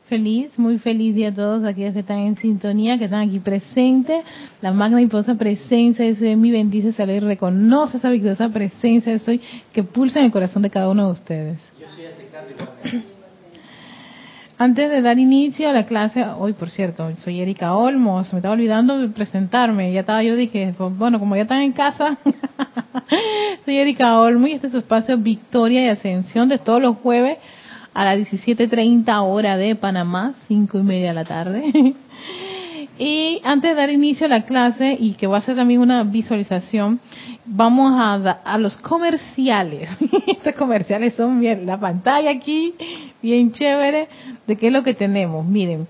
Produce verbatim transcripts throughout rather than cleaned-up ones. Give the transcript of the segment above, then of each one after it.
Feliz, muy feliz día a todos aquellos que están en sintonía, que están aquí presentes. La magna y poderosa presencia de Soy mi bendice, salud y reconoce esa victoriosa presencia de Soy que pulsa en el corazón de cada uno de ustedes. Yo soy ese igualmente. Antes de dar inicio a la clase, hoy por cierto, soy Erika Olmos, me estaba olvidando de presentarme, ya estaba yo dije, pues, bueno, como ya están en casa, soy Erika Olmos y este es su espacio Victoria y Ascensión de todos los jueves a las diecisiete treinta hora de Panamá, cinco y media de la tarde. Y antes de dar inicio a la clase, y que va a ser también una visualización, vamos a, da, a los comerciales. Estos comerciales son bien, la pantalla aquí, bien chévere, de qué es lo que tenemos. Miren,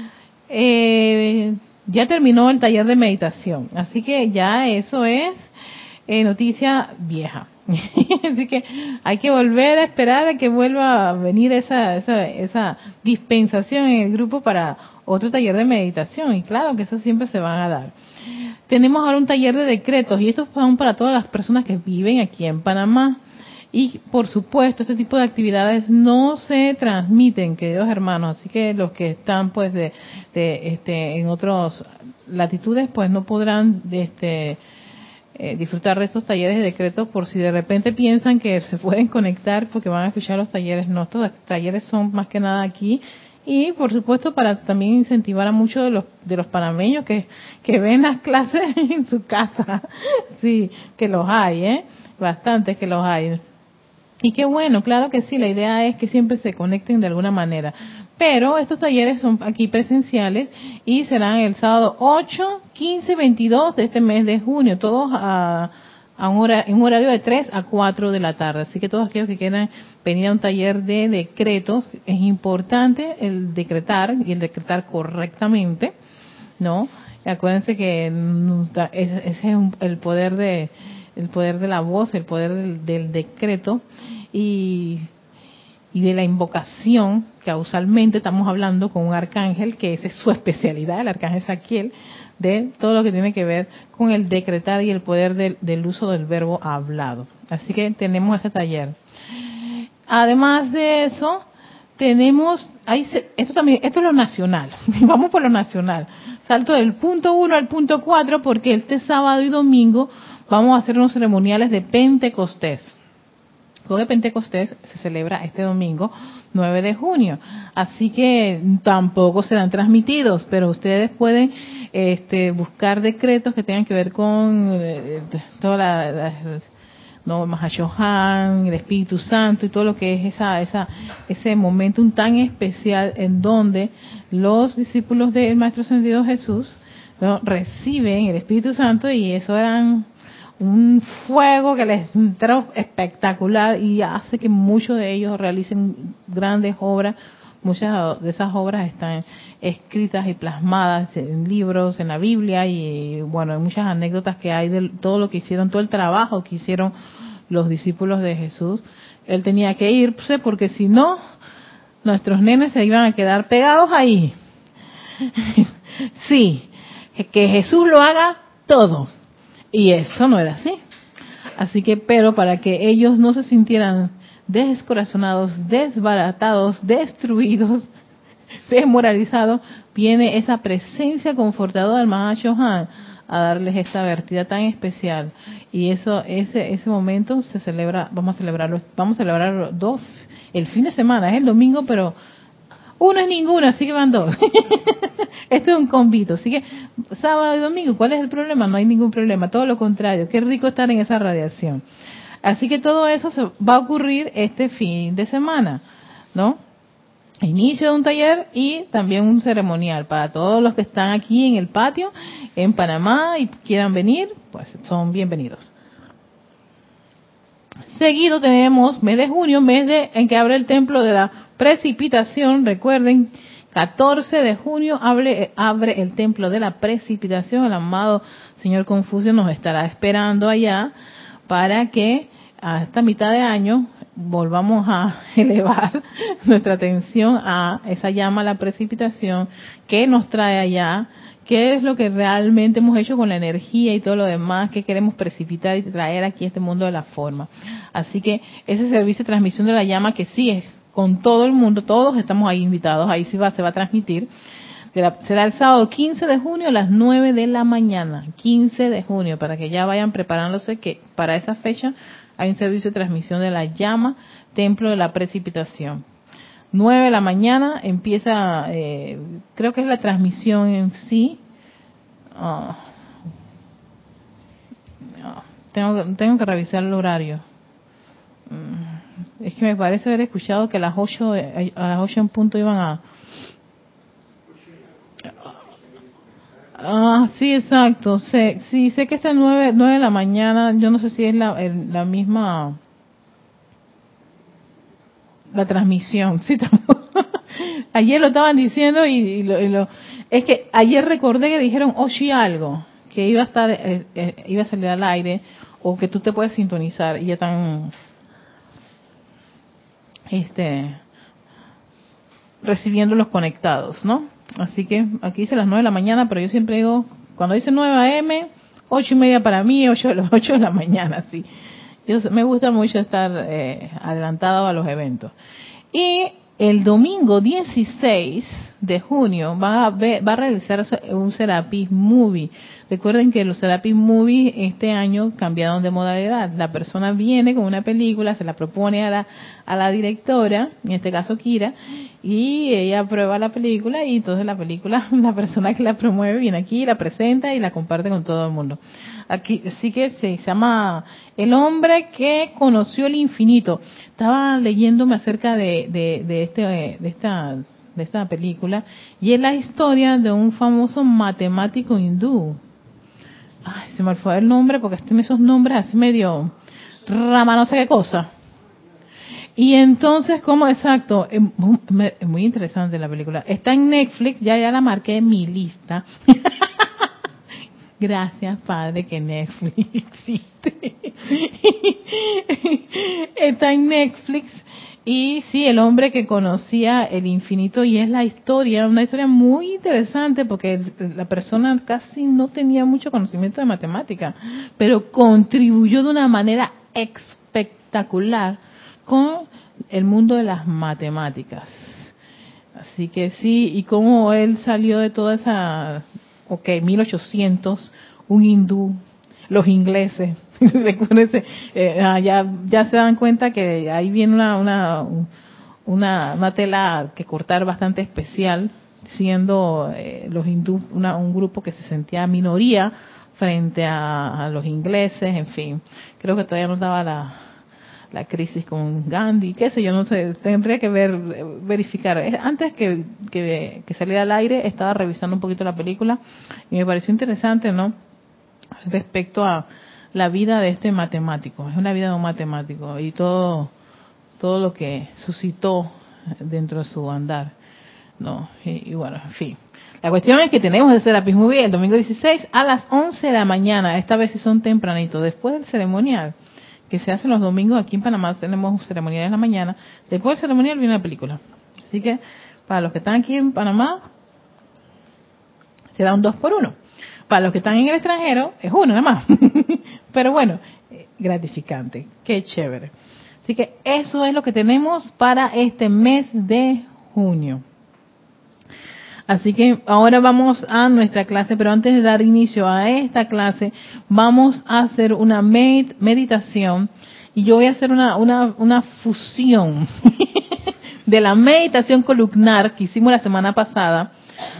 eh, ya terminó el taller de meditación, así que ya eso es eh, noticia vieja. Así que hay que volver a esperar a que vuelva a venir esa, esa, esa dispensación en el grupo para otro taller de meditación. Y claro que eso siempre se van a dar. Tenemos ahora un taller de decretos y estos son para todas las personas que viven aquí en Panamá. Y por supuesto, este tipo de actividades no se transmiten, queridos hermanos. Así que los que están pues de, de este en otras latitudes pues no podrán este Eh, disfrutar de estos talleres de decretos por si de repente piensan que se pueden conectar porque van a escuchar los talleres. No, estos talleres son más que nada aquí y por supuesto para también incentivar a muchos de los de los panameños que, que ven las clases en su casa. Sí, que los hay, ¿eh? Bastantes que los hay. Y qué bueno, claro que sí, la idea es que siempre se conecten de alguna manera. Pero estos talleres son aquí presenciales y serán el sábado ocho, quince y veintidós de este mes de junio, todos a, a un hora, en un horario de tres a cuatro de la tarde. Así que todos aquellos que quieran venir a un taller de decretos, es importante el decretar y el decretar correctamente, ¿no? Y acuérdense que ese es el poder de el poder de la voz, el poder del, del decreto y, y de la invocación, que usualmente estamos hablando con un arcángel, que esa es su especialidad, el arcángel Saquiel, de todo lo que tiene que ver con el decretar y el poder del, del uso del verbo hablado. Así que tenemos este taller. Además de eso, tenemos, ahí se, esto también, esto es lo nacional, vamos por lo nacional. Salto del punto uno al punto cuatro porque este sábado y domingo vamos a hacer unos ceremoniales de Pentecostés. Porque Pentecostés se celebra este domingo nueve de junio. Así que tampoco serán transmitidos, pero ustedes pueden este, buscar decretos que tengan que ver con eh, toda la, la no Mahashohan, el Espíritu Santo y todo lo que es esa esa ese momento tan especial en donde los discípulos del Maestro Ascendido Jesús, ¿no?, reciben el Espíritu Santo y eso eran un fuego que les entró espectacular y hace que muchos de ellos realicen grandes obras. Muchas de esas obras están escritas y plasmadas en libros, en la Biblia y bueno, hay muchas anécdotas que hay de todo lo que hicieron, todo el trabajo que hicieron los discípulos de Jesús. Él tenía que irse porque si no, nuestros nenes se iban a quedar pegados ahí. Sí, que Jesús lo haga todo. Y eso no era así. Así que, pero para que ellos no se sintieran descorazonados, desbaratados, destruidos, desmoralizados, viene esa presencia confortadora del Mahashohan a darles esta vertida tan especial. Y eso, ese, ese momento se celebra, vamos a celebrarlo, vamos a celebrarlo dos, el fin de semana, es el domingo, pero uno es ninguno, así que van dos. Esto es un convito. Así que sábado y domingo, ¿cuál es el problema? No hay ningún problema, todo lo contrario. Qué rico estar en esa radiación. Así que todo eso se va a ocurrir este fin de semana, ¿no? Inicio de un taller y también un ceremonial para todos los que están aquí en el patio, en Panamá y quieran venir, pues son bienvenidos. Seguido tenemos mes de junio, mes de en que abre el templo de la precipitación. Recuerden, catorce de junio abre, abre el templo de la precipitación. El amado señor Confucio nos estará esperando allá para que a esta mitad de año volvamos a elevar nuestra atención a esa llama, la precipitación, que nos trae allá, qué es lo que realmente hemos hecho con la energía y todo lo demás que queremos precipitar y traer aquí a este mundo de la forma. Así que ese servicio de transmisión de la llama, que sí es con todo el mundo, todos estamos ahí invitados, ahí se va, se va a transmitir. Será el sábado quince de junio a las nueve de la mañana, quince de junio, para que ya vayan preparándose que para esa fecha hay un servicio de transmisión de la llama, Templo de la Precipitación. nueve de la mañana empieza, eh, creo que es la transmisión en sí. Oh, oh, tengo, tengo que revisar el horario. Es que me parece haber escuchado que a las ocho, a las ocho en punto iban a... Ah, sí, exacto. Sé, sí, sé que está nueve, nueve de la mañana. Yo no sé si es la, el- la misma, la transmisión. Sí, tampoco. Ayer lo estaban diciendo y, y lo, y lo- es que ayer recordé que dijeron ocho y algo, que iba a estar, eh, eh, iba a salir al aire o que tú te puedes sintonizar y ya están, este, recibiendo los conectados, ¿no? Así que aquí dice las nueve de la mañana, pero yo siempre digo, cuando dice nueve a eme, ocho y media para mí, ocho de las ocho de la mañana, sí. Yo, me gusta mucho estar eh, adelantado a los eventos. Y el domingo dieciséis de junio va a, ver, va a realizarse un Serapis Movie. Recuerden que los Serapis Movie este año cambiaron de modalidad. La persona viene con una película, se la propone a la, a la directora, en este caso Kira, y ella aprueba la película y entonces la película, la persona que la promueve viene aquí, la presenta y la comparte con todo el mundo. Aquí sí que se llama El hombre que conoció el infinito. Estaba leyéndome acerca de, de, de este de esta de esta película y es la historia de un famoso matemático hindú. Ay, se me fue el nombre porque tiene esos nombres así medio rama no sé qué cosa. Y entonces, ¿cómo? Exacto, es muy, es muy interesante la película. Está en Netflix, ya ya la marqué en mi lista. Gracias, Padre, que Netflix existe. Está en Netflix. Y sí, el hombre que conocía el infinito, y es la historia, una historia muy interesante porque la persona casi no tenía mucho conocimiento de matemática, pero contribuyó de una manera espectacular con el mundo de las matemáticas. Así que sí, y cómo él salió de toda esa, ok, mil ochocientos, un hindú, los ingleses, recuérdense, eh, ah, ya, ya se dan cuenta que ahí viene una, una, una, una tela que cortar bastante especial, siendo eh, los hindúes una, un grupo que se sentía minoría frente a, a los ingleses, en fin, creo que todavía no daba la la crisis con Gandhi, qué sé yo, no sé, tendría que ver, verificar. Antes que, que, que saliera al aire, estaba revisando un poquito la película y me pareció interesante, ¿no? Respecto a la vida de este matemático, es una vida de un matemático y todo, todo lo que suscitó dentro de su andar, ¿no? Y, y bueno, en fin. La cuestión es que tenemos el Serapis Movie el domingo dieciséis a las once de la mañana, esta vez sí son tempranito, después del ceremonial que se hace los domingos aquí en Panamá, tenemos ceremonial en la mañana, después del ceremonial viene la película. Así que para los que están aquí en Panamá, se da un dos por uno. Para los que están en el extranjero, es uno nada más. Pero bueno, gratificante, qué chévere. Así que eso es lo que tenemos para este mes de junio. Así que ahora vamos a nuestra clase, pero antes de dar inicio a esta clase, vamos a hacer una med meditación y yo voy a hacer una, una, una fusión de la meditación columnar que hicimos la semana pasada.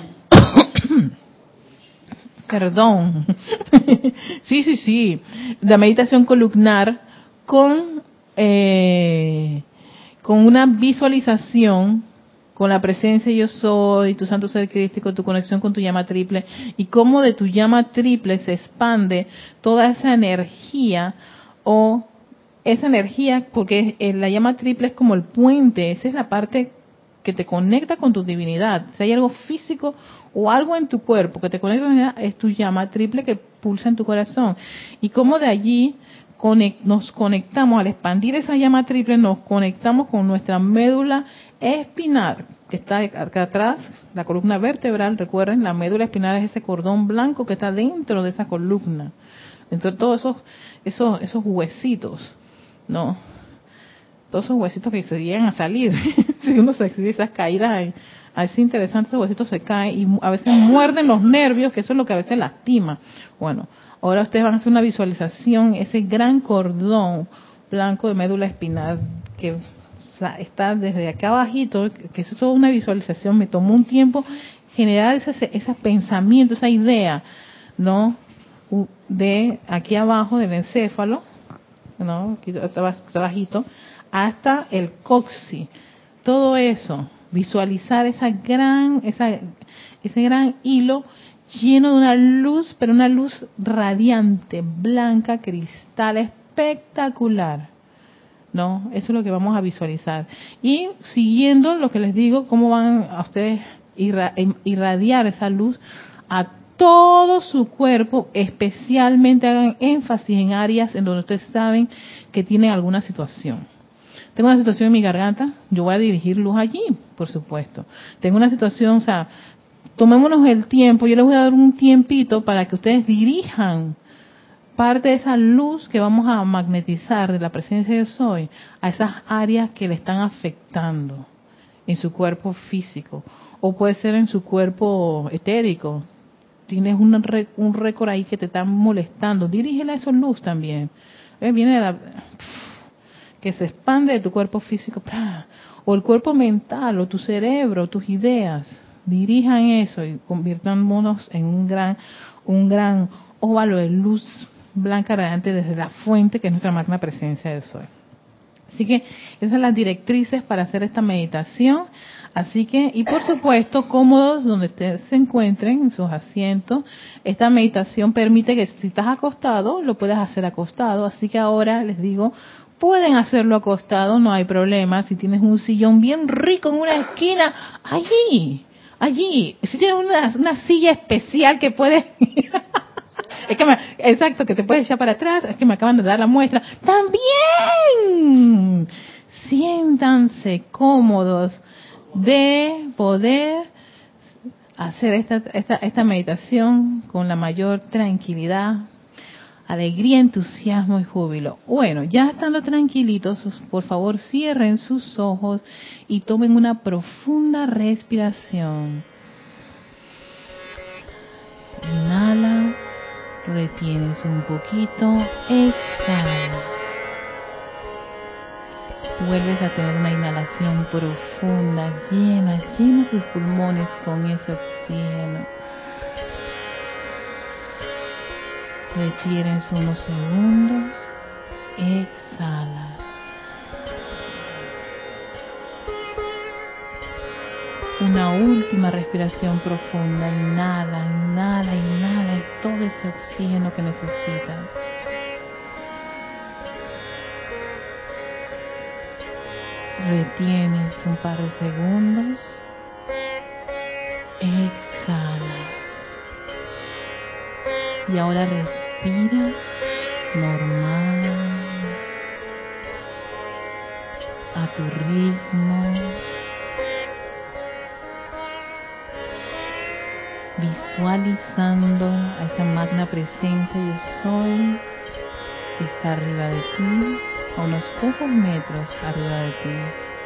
Perdón. sí, sí, sí. La meditación columnar con, eh, con una visualización con la presencia yo soy, tu santo ser crístico, tu conexión con tu llama triple, y cómo de tu llama triple se expande toda esa energía, o esa energía, porque la llama triple es como el puente, esa es la parte que te conecta con tu divinidad. Si hay algo físico o algo en tu cuerpo que te conecta con tu divinidad, es tu llama triple que pulsa en tu corazón. Y cómo de allí nos conectamos, al expandir esa llama triple, nos conectamos con nuestra médula espinal, que está acá atrás, la columna vertebral. Recuerden, la médula espinal es ese cordón blanco que está dentro de esa columna, dentro de todos esos, esos, esos huesitos, ¿no? Todos esos huesitos que se llegan a salir. si uno se exige esas caídas, hay, es interesante, esos huesitos se caen y a veces muerden los nervios, que eso es lo que a veces lastima. Bueno, ahora ustedes van a hacer una visualización, ese gran cordón blanco de médula espinal que está desde acá abajito, que eso es toda una visualización, me tomó un tiempo generar ese, ese pensamiento, esa idea, ¿no? De aquí abajo del encéfalo, ¿no? Aquí abajito, hasta el coxis, todo eso, visualizar esa gran, esa, ese gran hilo lleno de una luz, pero una luz radiante, blanca, cristal, espectacular, ¿no? Eso es lo que vamos a visualizar. Y siguiendo lo que les digo, cómo van a ustedes irradiar esa luz a todo su cuerpo, especialmente hagan énfasis en áreas en donde ustedes saben que tienen alguna situación. Tengo una situación en mi garganta, yo voy a dirigir luz allí, por supuesto. Tengo una situación, o sea, tomémonos el tiempo, yo les voy a dar un tiempito para que ustedes dirijan parte de esa luz que vamos a magnetizar de la presencia de Soy a esas áreas que le están afectando en su cuerpo físico, o puede ser en su cuerpo etérico. Tienes un, un récord ahí que te está molestando, dirígela a esa luz también. ¿Eh? Viene de la, que se expande de tu cuerpo físico, o el cuerpo mental, o tu cerebro, tus ideas. Dirijan eso y convirtámonos en un gran, un gran óvalo de luz blanca radiante desde la fuente que es nuestra magna presencia de Soy. Así que esas son las directrices para hacer esta meditación. Así que, y por supuesto, cómodos donde ustedes se encuentren, en sus asientos. Esta meditación permite que si estás acostado, lo puedas hacer acostado. Así que ahora les digo, pueden hacerlo acostado, no hay problema. Si tienes un sillón bien rico en una esquina, allí, allí. Si tienes una, una silla especial que puedes... Es que me, exacto, que te puedes echar para atrás, es que me acaban de dar la muestra. También siéntanse cómodos de poder hacer esta, esta, esta meditación con la mayor tranquilidad, alegría, entusiasmo y júbilo. Bueno, ya estando tranquilitos, por favor cierren sus ojos y tomen una profunda respiración. Inhala. Retienes un poquito, exhala. Vuelves a tener una inhalación profunda, llena, llena tus pulmones con ese oxígeno. Retienes unos segundos, exhala. Una última respiración profunda, inhala, inhala, inhala todo ese oxígeno que necesitas. Retienes un par de segundos, exhala. Y ahora respiras normal, a tu ritmo. Visualizando a esa magna presencia yo soy que está arriba de ti, a unos pocos metros arriba de ti.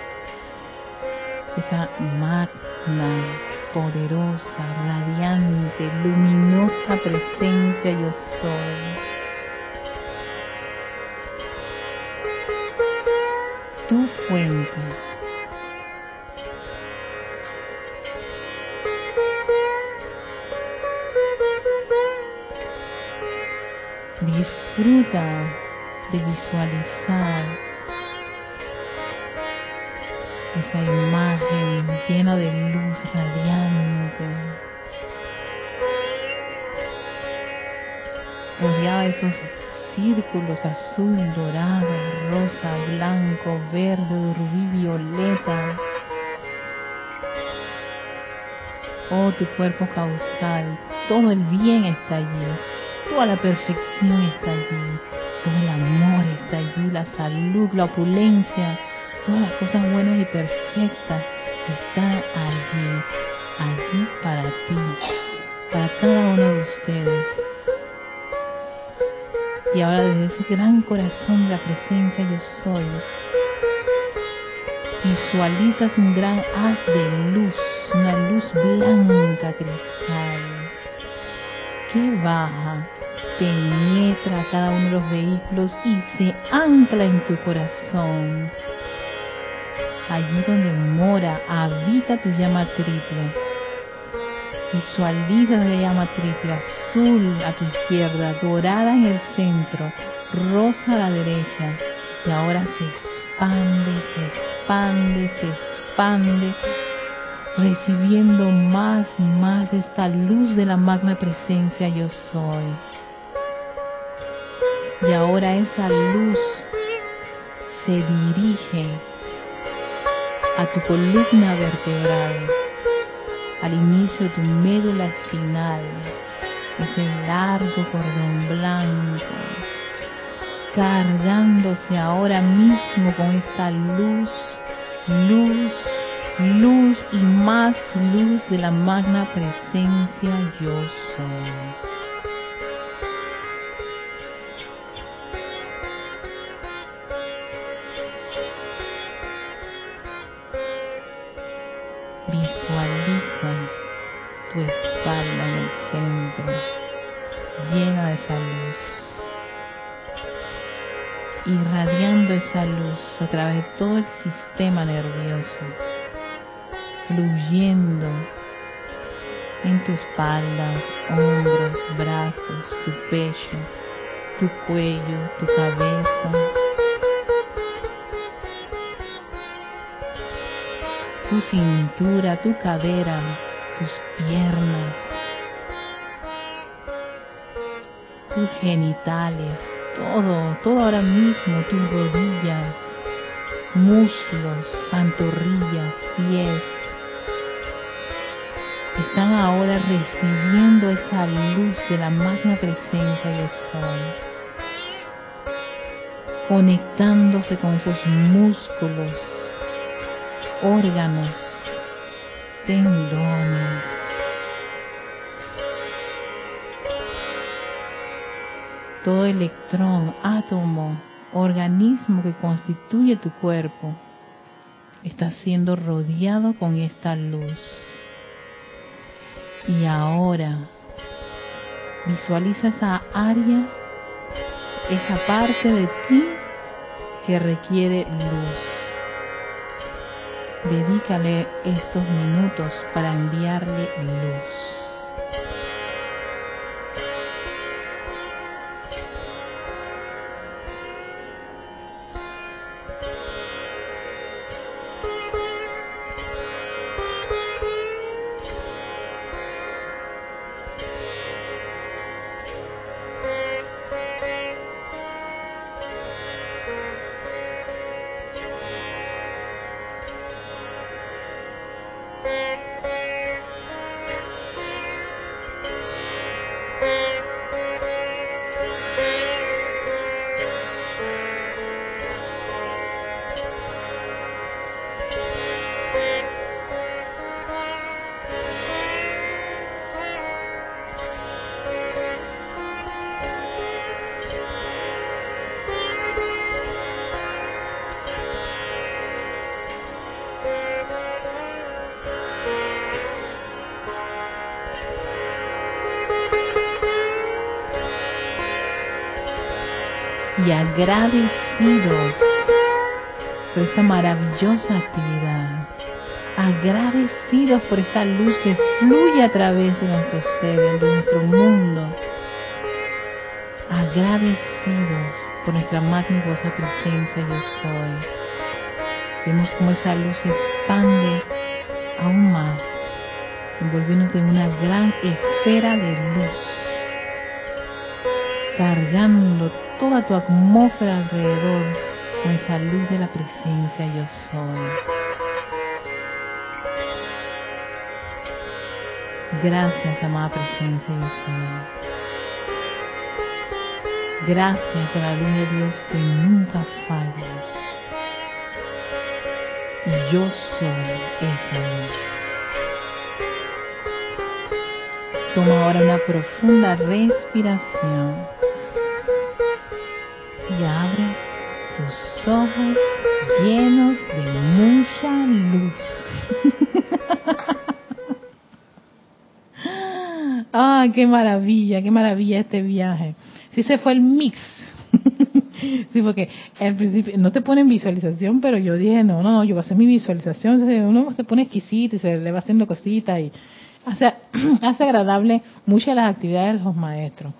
Esa magna, poderosa, radiante, luminosa presencia yo soy. Tu fuente. Disfruta de visualizar esa imagen llena de luz radiante, rodeada de esos círculos azul, dorado, rosa, blanco, verde, rubí, violeta. Oh, tu cuerpo causal, todo el bien está allí. Toda la perfección está allí, todo el amor está allí, la salud, la opulencia, todas las cosas buenas y perfectas están allí, allí para ti, para cada uno de ustedes. Y ahora desde ese gran corazón de la presencia yo soy, Visualizas un gran haz de luz, una luz blanca cristal, que baja, penetra cada uno de los vehículos y se ancla en tu corazón. Allí donde mora, habita tu llama triple. Visualiza la llama triple, azul a tu izquierda, dorada en el centro, rosa a la derecha, y ahora se expande, se expande, se expande, recibiendo más y más de esta luz de la magna presencia yo soy. Y ahora esa luz se dirige a tu columna vertebral, al inicio de tu médula espinal, ese largo cordón blanco, cargándose ahora mismo con esta luz, luz, luz y más luz de la magna presencia yo soy. Visualiza tu espalda en el centro, llena de esa luz, irradiando esa luz a través de todo el sistema nervioso, fluyendo en tu espalda, hombros, brazos, tu pecho, tu cuello, tu cabeza, tu cintura, tu cadera, tus piernas, tus genitales, todo, todo ahora mismo, tus rodillas, muslos, pantorrillas, pies, están ahora recibiendo esa luz de la magna presencia yo soy, conectándose con esos músculos, órganos, tendones, todo electrón, átomo, organismo que constituye tu cuerpo está siendo rodeado con esta luz. Y ahora visualiza esa área, esa parte de ti que requiere luz. Dedícale estos minutos para enviarle luz. Y agradecidos por esta maravillosa actividad, agradecidos por esta luz que fluye a través de nuestro ser, de nuestro mundo, agradecidos por nuestra magnífica presencia yo soy. Vemos como esa luz se expande aún más, envolviéndote en una gran esfera de luz, cargando toda tu atmósfera alrededor con esa luz de la presencia yo soy. Gracias, amada presencia yo soy. Gracias a la luz de Dios que nunca falla. Y yo soy esa luz. Toma ahora una profunda respiración y abres tus ojos llenos de mucha mucha luz. Ah, qué maravilla, qué maravilla este viaje. Sí, se fue el mix. Sí, porque al principio no te ponen visualización, pero yo dije, no, no, yo voy a hacer mi visualización. Uno se pone exquisito y se le va haciendo cositas y hace, hace agradable muchas de las actividades de los maestros.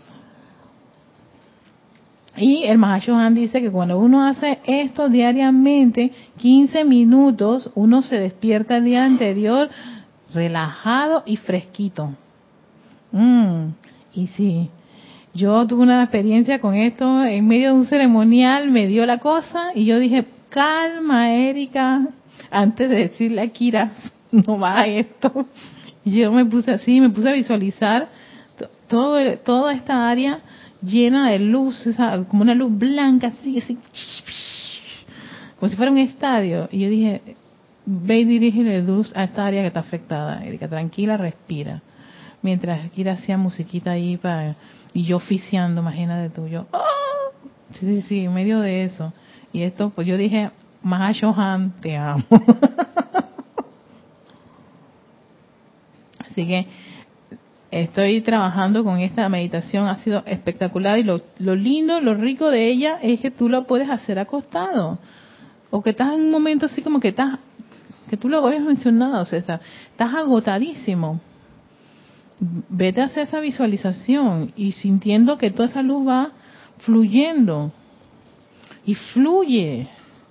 Y el Mahashohan dice que cuando uno hace esto diariamente, quince minutos, uno se despierta el día anterior relajado y fresquito. Mm, y sí, yo tuve una experiencia con esto en medio de un ceremonial, me dio la cosa y yo dije, calma, Erika, antes de decirle a Kira, no va esto. Y yo me puse así, me puse a visualizar todo, toda esta área llena de luz, esa, como una luz blanca, así, así, como si fuera un estadio. Y yo dije, ve y dirige luz a esta área que está afectada, Erika, tranquila, respira. Mientras Kira hacía musiquita ahí para, y yo oficiando, imagínate tú, yo, ¡oh! Sí, sí, sí, en medio de eso. Y esto, pues yo dije, Mahashohan, te amo. Así que estoy trabajando con esta meditación, ha sido espectacular y lo, lo lindo, lo rico de ella es que tú lo puedes hacer acostado. O que estás en un momento así como que estás, que tú lo habías mencionado, César, estás agotadísimo. Vete a hacer esa visualización y sintiendo que toda esa luz va fluyendo. Y fluye,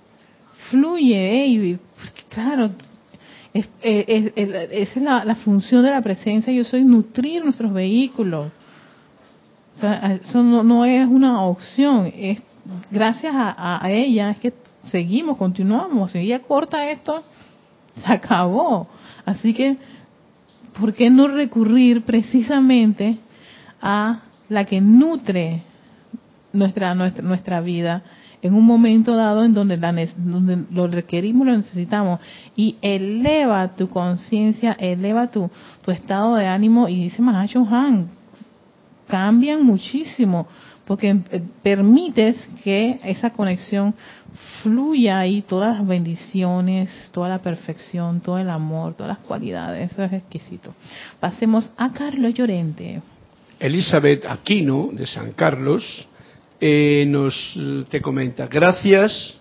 fluye, y claro, es, es, es, esa es la, la función de la presencia, yo soy nutrir nuestros vehículos. O sea, eso no, no es una opción, es gracias a, a ella es que seguimos, continuamos. Si ella corta esto, se acabó. Así que ¿por qué no recurrir precisamente a la que nutre nuestra nuestra, nuestra vida en un momento dado en donde, la, donde lo requerimos, lo necesitamos? Y eleva tu conciencia, eleva tu, tu estado de ánimo, y dice Mahashohan, cambian muchísimo, porque permites que esa conexión fluya ahí, todas las bendiciones, toda la perfección, todo el amor, todas las cualidades. Eso es exquisito. Pasemos a Carlos Llorente. Elizabeth Aquino, de San Carlos, eh, nos te comenta, gracias,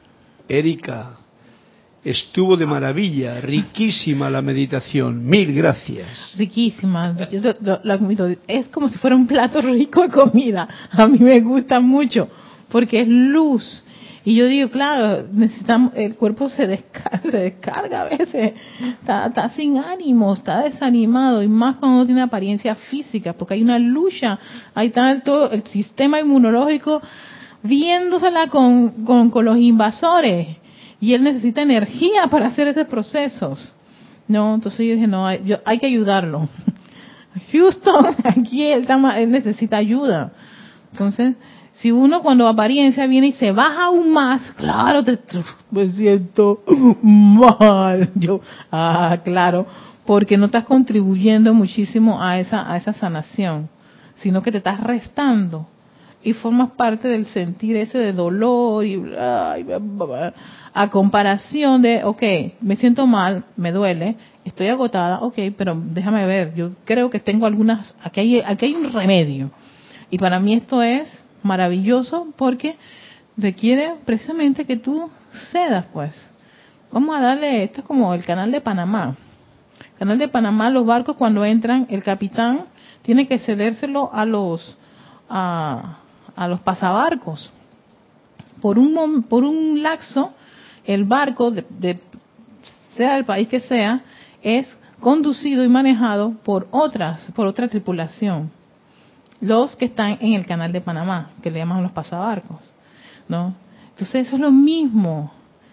Erika, estuvo de maravilla, riquísima la meditación, mil gracias. Riquísima, yo lo, lo, lo admito, es como si fuera un plato rico de comida, a mí me gusta mucho, porque es luz, y yo digo, claro, necesitamos, el cuerpo se descarga, se descarga a veces, está, está sin ánimo, está desanimado, y más cuando uno tiene apariencia física, porque hay una lucha, hay tanto el sistema inmunológico viéndosela con, con, con los invasores, y él necesita energía para hacer esos procesos. No, entonces yo dije, no, hay, yo, hay que ayudarlo. Houston, aquí él, está, él necesita ayuda. Entonces, si uno cuando apariencia viene y se baja aún más, claro, te, me siento mal. Yo, ah, claro, porque no estás contribuyendo muchísimo a esa, a esa sanación, sino que te estás restando. Y formas parte del sentir ese de dolor y ay, a comparación de, ok, me siento mal, me duele, estoy agotada, ok, pero déjame ver, yo creo que tengo algunas, aquí hay, aquí hay un remedio. Y para mí esto es maravilloso porque requiere precisamente que tú cedas, pues. Vamos a darle, esto es como el canal de Panamá. El canal de Panamá, los barcos cuando entran, el capitán tiene que cedérselo a los... a a los pasabarcos. Por un por un lapso, el barco, de, de, sea el país que sea, es conducido y manejado por otras, por otra tripulación. Los que están en el canal de Panamá, que le llaman los pasabarcos, ¿no? Entonces eso es lo mismo.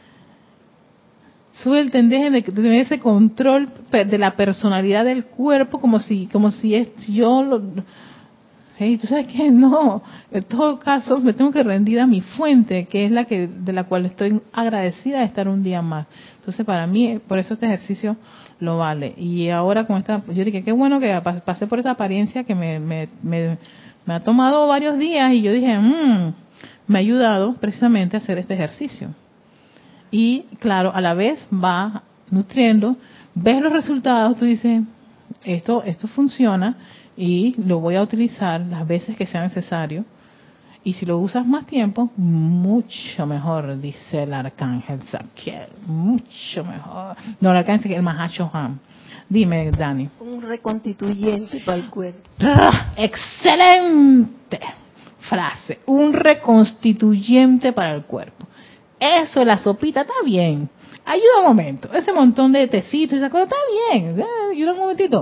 Suelten, dejen de tener ese control de la personalidad del cuerpo como si, como si es si yo lo Hey, tú sabes que no, en todo caso me tengo que rendir a mi fuente, que es la que de la cual estoy agradecida de estar un día más. Entonces para mí, por eso este ejercicio lo vale. Y ahora con esta, yo dije, qué bueno que pasé por esta apariencia que me, me, me, me ha tomado varios días y yo dije, mmm, me ha ayudado precisamente a hacer este ejercicio. Y claro, a la vez va nutriendo, ves los resultados, tú dices, esto, esto funciona y lo voy a utilizar las veces que sea necesario. Y si lo usas más tiempo, mucho mejor, dice el arcángel Zadkiel, mucho mejor. No, el arcángel Zadkiel, el Mahashohan. Dime, Dani. Un reconstituyente para el cuerpo. Excelente frase, un reconstituyente para el cuerpo. Eso, la sopita, está bien. Ayuda un momento. Ese montón de tecitos, esa cosa, está bien. Ayuda un momentito.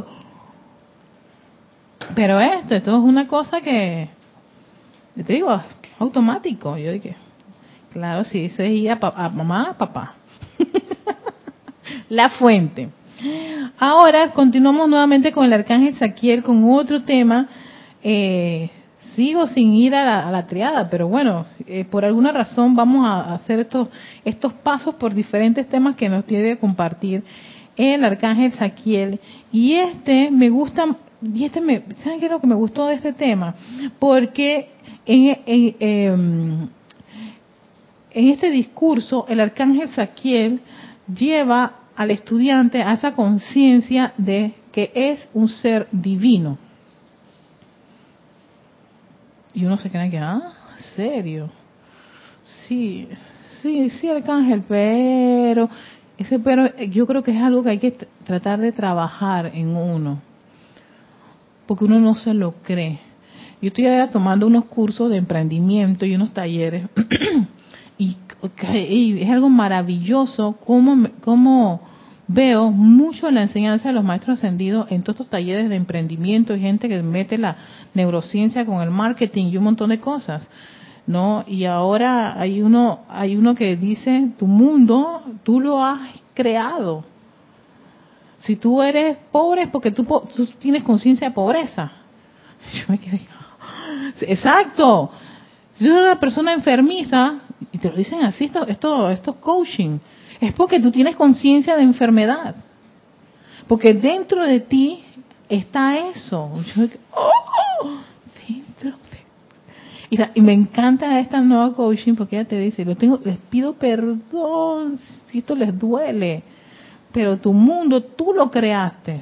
Pero esto, esto es una cosa que, yo te digo, automático. Yo dije, claro, sí, eso es ir a, pa, a mamá, a papá. La fuente. Ahora continuamos nuevamente con el arcángel Zadkiel con otro tema. Eh, sigo sin ir a la, a la triada, pero bueno, eh, por alguna razón vamos a hacer estos estos pasos por diferentes temas que nos tiene que compartir el arcángel Zadkiel. Y este me gusta, y este me, ¿saben qué es lo que me gustó de este tema? Porque en, en, en, en este discurso el arcángel Zadkiel lleva al estudiante a esa conciencia de que es un ser divino. Y uno se cree que, ah, ¿serio? Sí, sí, sí, arcángel, pero ese pero yo creo que es algo que hay que tratar de trabajar en uno, porque uno no se lo cree. Yo estoy ahora tomando unos cursos de emprendimiento y unos talleres y, y es algo maravilloso cómo, cómo veo mucho la enseñanza de los maestros ascendidos en todos estos talleres de emprendimiento y gente que mete la neurociencia con el marketing y un montón de cosas, ¿no? Y ahora hay uno, hay uno que dice, tu mundo, tú lo has creado. Si tú eres pobre es porque tú, tú tienes conciencia de pobreza. Yo me quedé, exacto. Si eres una persona enfermiza, y te lo dicen así, esto, esto, esto es coaching, es porque tú tienes conciencia de enfermedad. Porque dentro de ti está eso. Yo me quedé, oh, dentro de... Y, la, y me encanta esta nueva coaching porque ella te dice, lo tengo, les pido perdón si esto les duele, pero tu mundo tú lo creaste.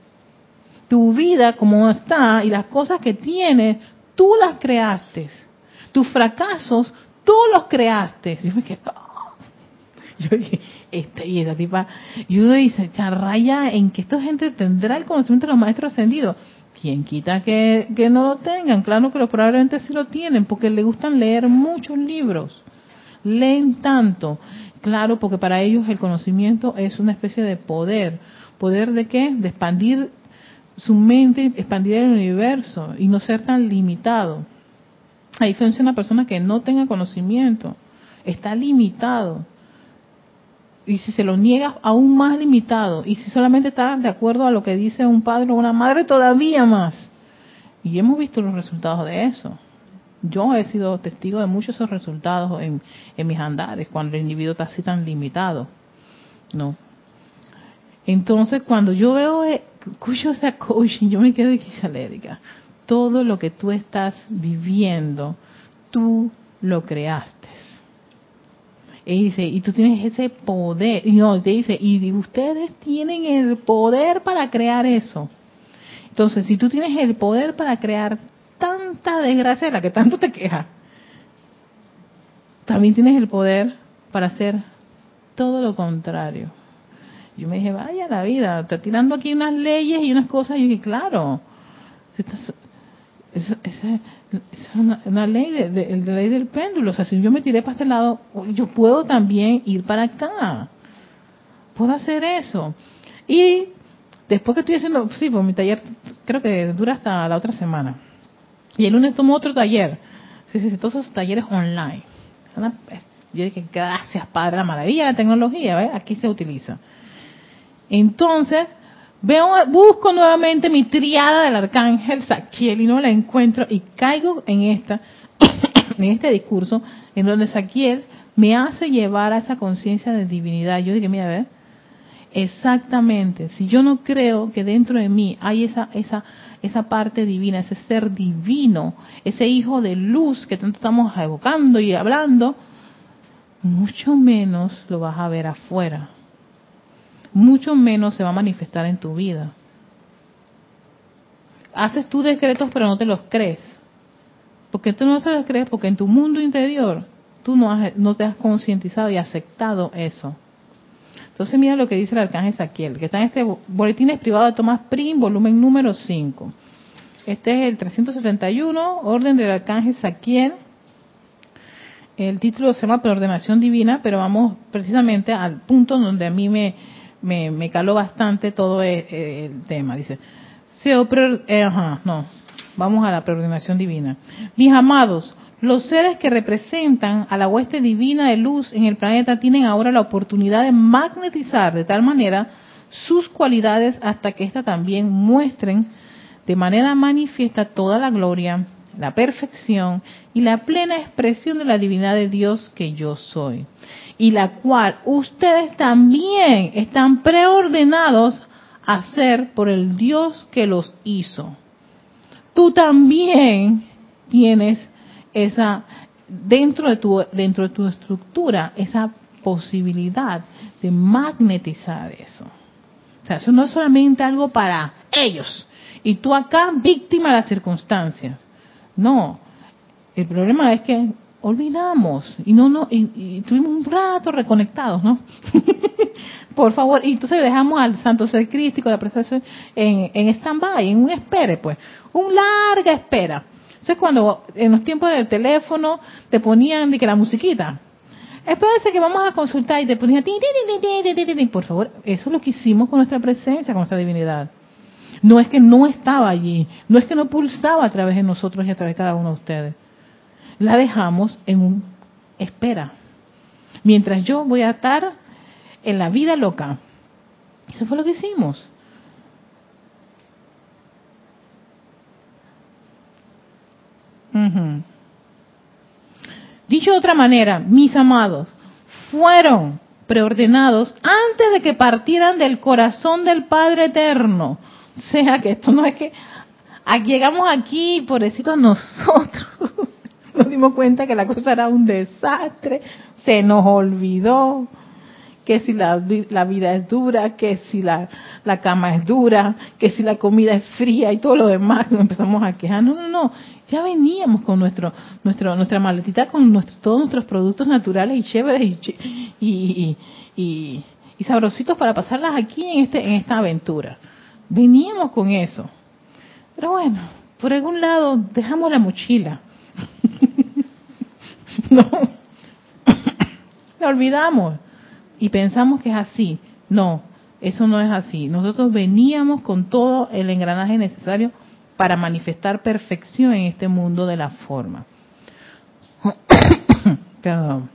Tu vida como está y las cosas que tienes, tú las creaste. Tus fracasos, tú los creaste. Yo me quedé, oh. Yo dije, esta y esa tipa, y uno dice, charraya en que esta gente tendrá el conocimiento de los maestros ascendidos. ¿Quién quita que, que no lo tengan? Claro que lo, probablemente sí lo tienen, porque les gustan leer muchos libros. Leen tanto. Claro, porque para ellos el conocimiento es una especie de poder. ¿Poder de qué? De expandir su mente, expandir el universo y no ser tan limitado. A diferencia de una persona que no tenga conocimiento, está limitado. Y si se lo niegas, aún más limitado. Y si solamente está de acuerdo a lo que dice un padre o una madre, todavía más. Y hemos visto los resultados de eso. Yo he sido testigo de muchos de esos resultados en, en mis andares, cuando el individuo está así tan limitado. ¿No? Entonces, cuando yo veo, escucho esa coaching, yo me quedo quizalérica. Todo lo que tú estás viviendo, tú lo creaste. Y dice, y tú tienes ese poder, y no, te dice, y ustedes tienen el poder para crear eso. Entonces, si tú tienes el poder para crear tanta desgracia de la que tanto te quejas, también tienes el poder para hacer todo lo contrario. Yo me dije, vaya la vida, está tirando aquí unas leyes y unas cosas, y yo dije, claro, esa es una, una ley de, de, de ley del péndulo. O sea, si yo me tiré para este lado, yo puedo también ir para acá. Puedo hacer eso. Y después que estoy haciendo, sí, pues mi taller creo que dura hasta la otra semana. Y el lunes tomo otro taller. Sí, sí, sí, todos esos talleres online. Yo dije, gracias, Padre, la maravilla de la tecnología, ¿ves? Aquí se utiliza. Entonces, veo, busco nuevamente mi triada del arcángel Zadkiel y no la encuentro y caigo en esta, en este discurso en donde Zadkiel me hace llevar a esa conciencia de divinidad. Yo dije, mira, a ver, exactamente, si yo no creo que dentro de mí hay esa esa esa parte divina, ese ser divino, ese hijo de luz que tanto estamos evocando y hablando, mucho menos lo vas a ver afuera. Mucho menos se va a manifestar en tu vida. Haces tus decretos pero no te los crees. ¿Por qué tú no te los crees? Porque en tu mundo interior tú no, has, no te has concientizado y aceptado eso. Entonces mira lo que dice el arcángel Saquiel, que está en este Boletines Privados de Thomas Prim, volumen número cinco. Este es el trescientos setenta y uno, Orden del Arcángel Saquiel. El título se llama Preordenación Divina, pero vamos precisamente al punto donde a mí me, me, me caló bastante todo el, el tema. Dice, se pre, eh, ajá, no, vamos a la preordenación divina. Mis amados, los seres que representan a la hueste divina de luz en el planeta tienen ahora la oportunidad de magnetizar de tal manera sus cualidades hasta que ésta también muestren de manera manifiesta toda la gloria, la perfección y la plena expresión de la divinidad de Dios que yo soy, y la cual ustedes también están preordenados a ser por el Dios que los hizo. Tú también tienes esa dentro de tu dentro de tu estructura esa posibilidad de magnetizar eso. O sea, eso no es solamente algo para ellos y tú acá víctima de las circunstancias. No, el problema es que olvidamos y no no y, y tuvimos un rato reconectados, ¿no? Por favor, y entonces dejamos al Santo Ser Crístico, la presencia en, en stand-by, en un espere, pues, una larga espera. Entonces cuando en los tiempos del teléfono te ponían de que la musiquita, espérese que vamos a consultar y te ponían, ti, ti, ti, ti, ti, ti, por favor, eso es lo que hicimos con nuestra presencia, con nuestra divinidad. No es que no estaba allí, no es que no pulsaba a través de nosotros y a través de cada uno de ustedes. La dejamos en un espera. Mientras yo voy a estar en la vida loca. Eso fue lo que hicimos. Uh-huh. Dicho de otra manera, mis amados, fueron preordenados antes de que partieran del corazón del Padre Eterno. O sea que esto no es que llegamos aquí, pobrecitos nosotros, nos dimos cuenta que la cosa era un desastre, se nos olvidó que si la, la vida es dura, que si la, la cama es dura, que si la comida es fría y todo lo demás, nos empezamos a quejar. No, no, no, ya veníamos con nuestro, nuestro nuestra maletita con nuestro, todos nuestros productos naturales y chéveres y, y, y, y, y sabrositos para pasarlas aquí en este en esta aventura. Veníamos con eso. Pero bueno, por algún lado dejamos la mochila. No, la olvidamos. Y pensamos que es así. No, eso no es así. Nosotros veníamos con todo el engranaje necesario para manifestar perfección en este mundo de la forma. Perdón.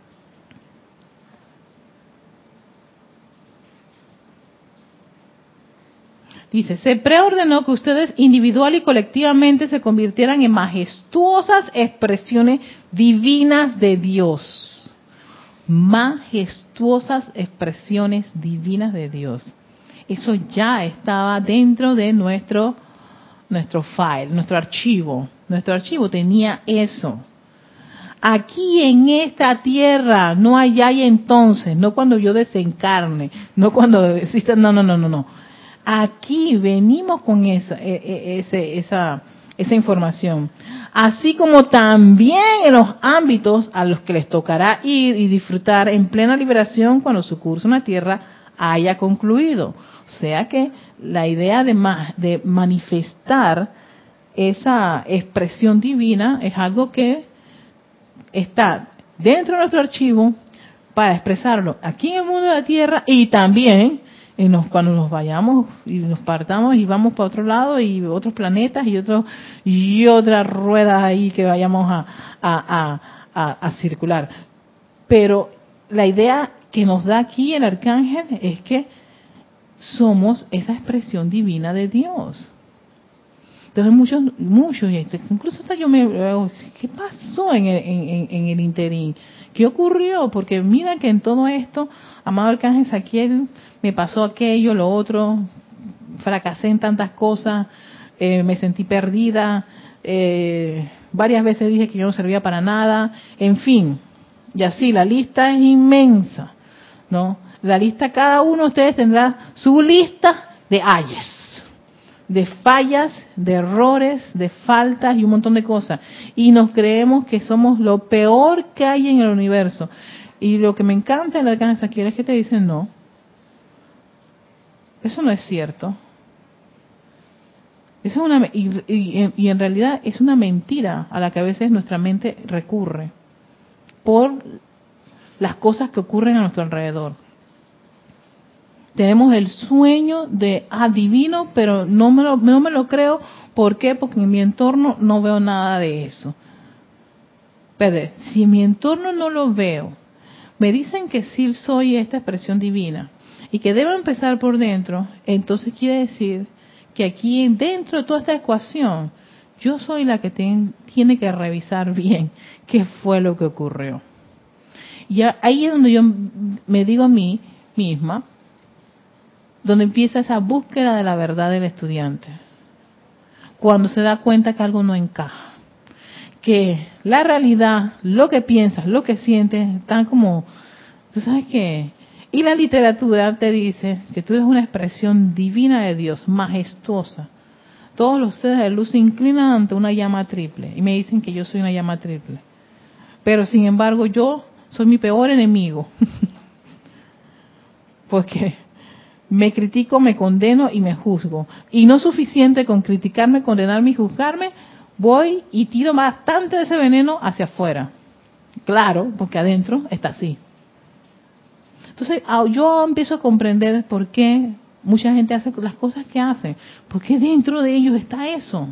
Dice, se preordenó que ustedes individual y colectivamente se convirtieran en majestuosas expresiones divinas de Dios. Majestuosas expresiones divinas de Dios. Eso ya estaba dentro de nuestro nuestro file, nuestro archivo. Nuestro archivo tenía eso. Aquí en esta tierra, no allá y entonces, no cuando yo desencarne, no cuando exista, no, no, no, no, no. Aquí venimos con esa, esa, esa, esa información. Así como también en los ámbitos a los que les tocará ir y disfrutar en plena liberación cuando su curso en la tierra haya concluido. O sea que la idea de, ma de manifestar esa expresión divina es algo que está dentro de nuestro archivo para expresarlo aquí en el mundo de la tierra y también en los, cuando nos vayamos y nos partamos y vamos para otro lado y otros planetas y otros y otra rueda ahí que vayamos a, a, a, a, a circular. Pero la idea que nos da aquí el arcángel es que somos esa expresión divina de Dios. Entonces muchos, muchos, incluso hasta yo me veo, ¿qué pasó en el, en, en el interín? ¿Qué ocurrió? Porque mira que en todo esto, amado Arcángel Saquiel, me pasó aquello, lo otro, fracasé en tantas cosas, eh, me sentí perdida, eh, varias veces dije que yo no servía para nada, en fin. Y así, la lista es inmensa, ¿no? La lista, cada uno de ustedes tendrá su lista de ayes, de fallas, de errores, de faltas y un montón de cosas. Y nos creemos que somos lo peor que hay en el universo. Y lo que me encanta en el Arcángel Zadkiel es que te dicen, no, eso no es cierto. Eso es una, y, y, y en realidad es una mentira a la que a veces nuestra mente recurre por las cosas que ocurren a nuestro alrededor. Tenemos el sueño de, ah, divino, pero no me lo, no me lo creo. ¿Por qué? Porque en mi entorno no veo nada de eso. Pero si en mi entorno no lo veo, me dicen que sí soy esta expresión divina y que debo empezar por dentro, entonces quiere decir que aquí dentro de toda esta ecuación, yo soy la que ten, tiene que revisar bien qué fue lo que ocurrió. Y ahí es donde yo me digo a mí misma, donde empieza esa búsqueda de la verdad del estudiante. Cuando se da cuenta que algo no encaja. Que la realidad, lo que piensas, lo que sientes, están como, tú sabes qué, y la literatura te dice que tú eres una expresión divina de Dios, majestuosa. Todos los seres de luz se inclinan ante una llama triple y me dicen que yo soy una llama triple. Pero sin embargo yo soy mi peor enemigo. Porque me critico, me condeno y me juzgo. Y no es suficiente con criticarme, condenarme y juzgarme, voy y tiro bastante de ese veneno hacia afuera. Claro, porque adentro está así. Entonces yo empiezo a comprender por qué mucha gente hace las cosas que hace. Porque dentro de ellos está eso.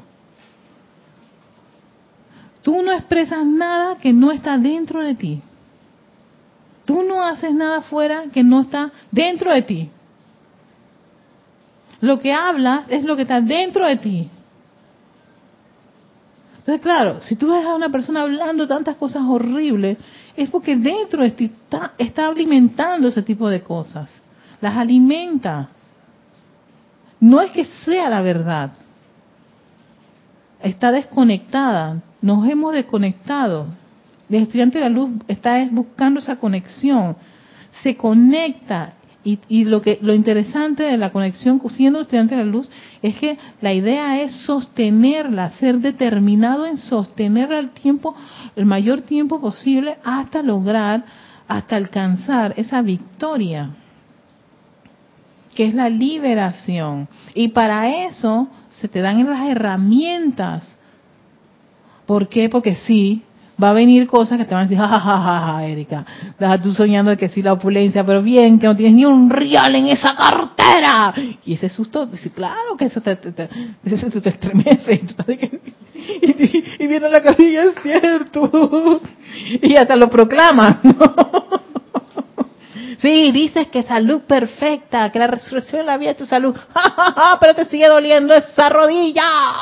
Tú no expresas nada que no está dentro de ti. Tú no haces nada afuera que no está dentro de ti. Lo que hablas es lo que está dentro de ti. Entonces, claro, si tú ves a una persona hablando tantas cosas horribles, es porque dentro de ti está, está alimentando ese tipo de cosas. Las alimenta. No es que sea la verdad. Está desconectada. Nos hemos desconectado. El estudiante de la luz está buscando esa conexión. Se conecta. Y, y lo que lo interesante de la conexión siendo estudiante de la luz es que la idea es sostenerla, ser determinado en sostenerla el tiempo, el mayor tiempo posible hasta lograr, hasta alcanzar esa victoria, que es la liberación. Y para eso se te dan las herramientas. ¿Por qué? Porque sí, va a venir cosas que te van a decir, jajajaja, ja, ja, ja, Erika, estás tú soñando de que sí la opulencia, pero bien, que no tienes ni un real en esa cartera. Y ese susto, sí, claro que eso te, te, te, eso te, te estremece. Y, y, y viene la casilla, es cierto. Y hasta lo proclamas, ¿no? Sí, dices que salud perfecta, que la resurrección de la vida es tu salud. ¡Ja, ja, ja! Pero te sigue doliendo esa rodilla.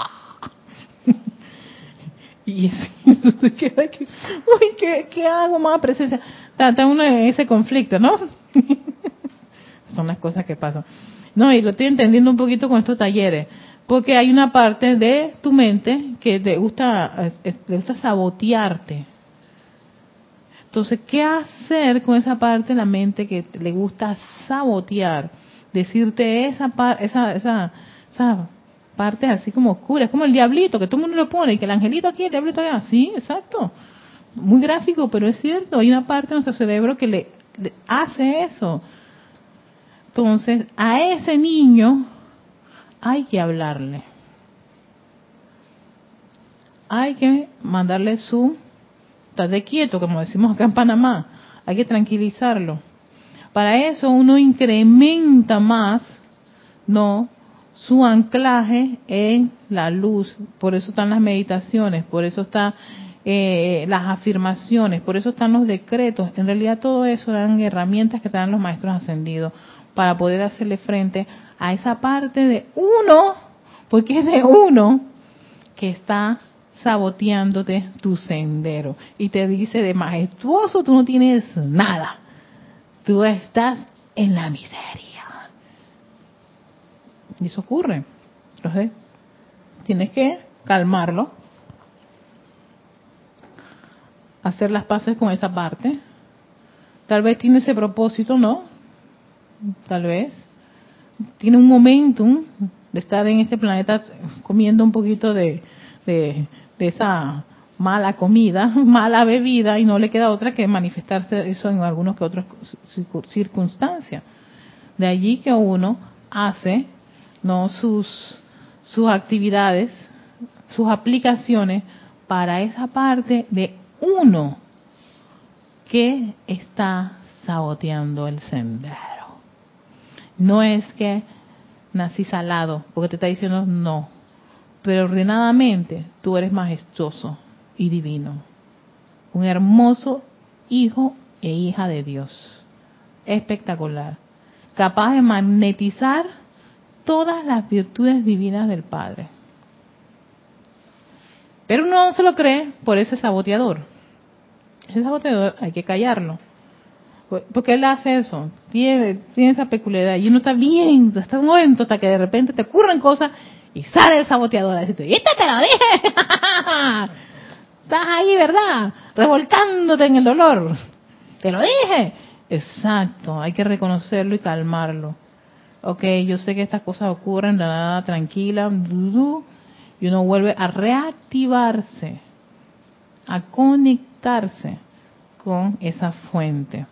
Y eso se queda que, uy, ¿qué, ¿qué hago más presencia? Está uno en ese conflicto, ¿no? Son las cosas que pasan. No, y lo estoy entendiendo un poquito con estos talleres, porque hay una parte de tu mente que te gusta, te gusta sabotearte. Entonces, ¿qué hacer con esa parte de la mente que le gusta sabotear? Decirte esa parte, esa, esa, esa partes así como oscuras, como el diablito, que todo el mundo lo pone, y que el angelito aquí, el diablito allá, sí, exacto, muy gráfico, pero es cierto, hay una parte de nuestro cerebro que le, le hace eso. Entonces, a ese niño hay que hablarle, hay que mandarle su, estate quieto, como decimos acá en Panamá, hay que tranquilizarlo. Para eso uno incrementa más, no, su anclaje en la luz. Por eso están las meditaciones, por eso están eh, las afirmaciones, por eso están los decretos. En realidad todo eso dan herramientas que te dan los maestros ascendidos para poder hacerle frente a esa parte de uno, porque es de uno que está saboteándote tu sendero. Y te dice, de majestuoso tú no tienes nada. Tú estás en la miseria. Y eso ocurre. Entonces, tienes que calmarlo. hacer las paces con esa parte. Tal vez tiene ese propósito, ¿no? Tal vez. Tiene un momentum de estar en este planeta comiendo un poquito de, de, de esa mala comida, mala bebida, y no le queda otra que manifestarse eso en algunas que otras circunstancias. De allí que uno hace, ¿no?, sus, sus actividades, sus aplicaciones para esa parte de uno que está saboteando el sendero. No es que nací salado, porque te está diciendo no, pero ordenadamente tú eres majestuoso y divino, un hermoso hijo e hija de Dios, espectacular, capaz de magnetizar todas las virtudes divinas del Padre. Pero uno no se lo cree por ese saboteador. Ese saboteador hay que callarlo. Porque él hace eso, tiene, tiene esa peculiaridad. Y uno está bien, hasta un momento, hasta que de repente te ocurren cosas y sale el saboteador a decirte, ¡viste, te lo dije! Estás ahí, ¿verdad? Revolcándote en el dolor. ¡Te lo dije! Exacto, hay que reconocerlo y calmarlo. Ok, yo sé que estas cosas ocurren de nada tranquila, y uno vuelve a reactivarse, a conectarse con esa fuente.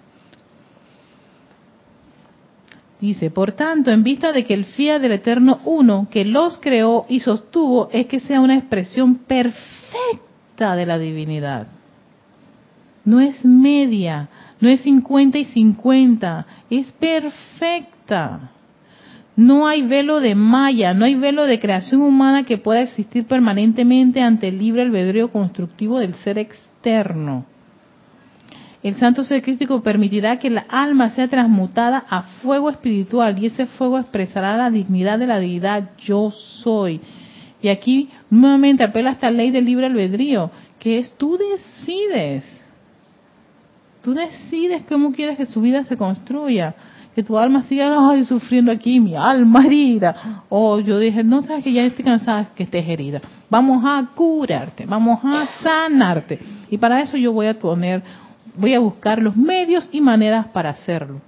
Dice, por tanto, en vista de que el fiat del Eterno Uno, que los creó y sostuvo, es que sea una expresión perfecta de la divinidad. No es media, no es cincuenta y cincuenta, es perfecta. No hay velo de malla, no hay velo de creación humana que pueda existir permanentemente ante el libre albedrío constructivo del ser externo. El santo ser crístico permitirá que la alma sea transmutada a fuego espiritual y ese fuego expresará la dignidad de la deidad yo soy. Y aquí nuevamente apela a esta ley del libre albedrío, que es tú decides. Tú decides cómo quieres que tu vida se construya. Que tu alma siga ay, sufriendo aquí, mi alma herida. O yo dije, no, sabes que ya estoy cansada que estés herida. Vamos a curarte, vamos a sanarte. Y para eso yo voy a poner... voy a buscar los medios y maneras para hacerlo.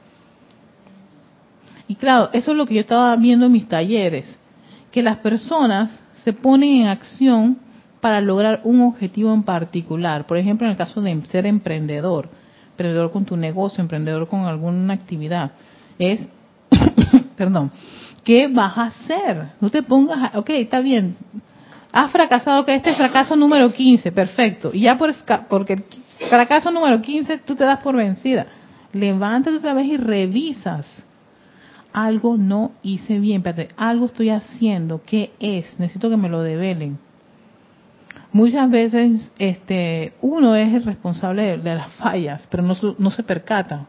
Y claro, eso es lo que yo estaba viendo en mis talleres, que las personas se ponen en acción para lograr un objetivo en particular. Por ejemplo, en el caso de ser emprendedor, emprendedor con tu negocio, emprendedor con alguna actividad, es, perdón, ¿qué vas a hacer? No te pongas, a, ok, está bien, has fracasado, que este es fracaso número quince, perfecto, y ya por, porque el fracaso número quince tú te das por vencida. Levántate otra vez y revisas. Algo no hice bien, espérate, algo estoy haciendo, ¿qué es? Necesito que me lo develen. Muchas veces este uno es el responsable de, de las fallas, pero no, no se percata.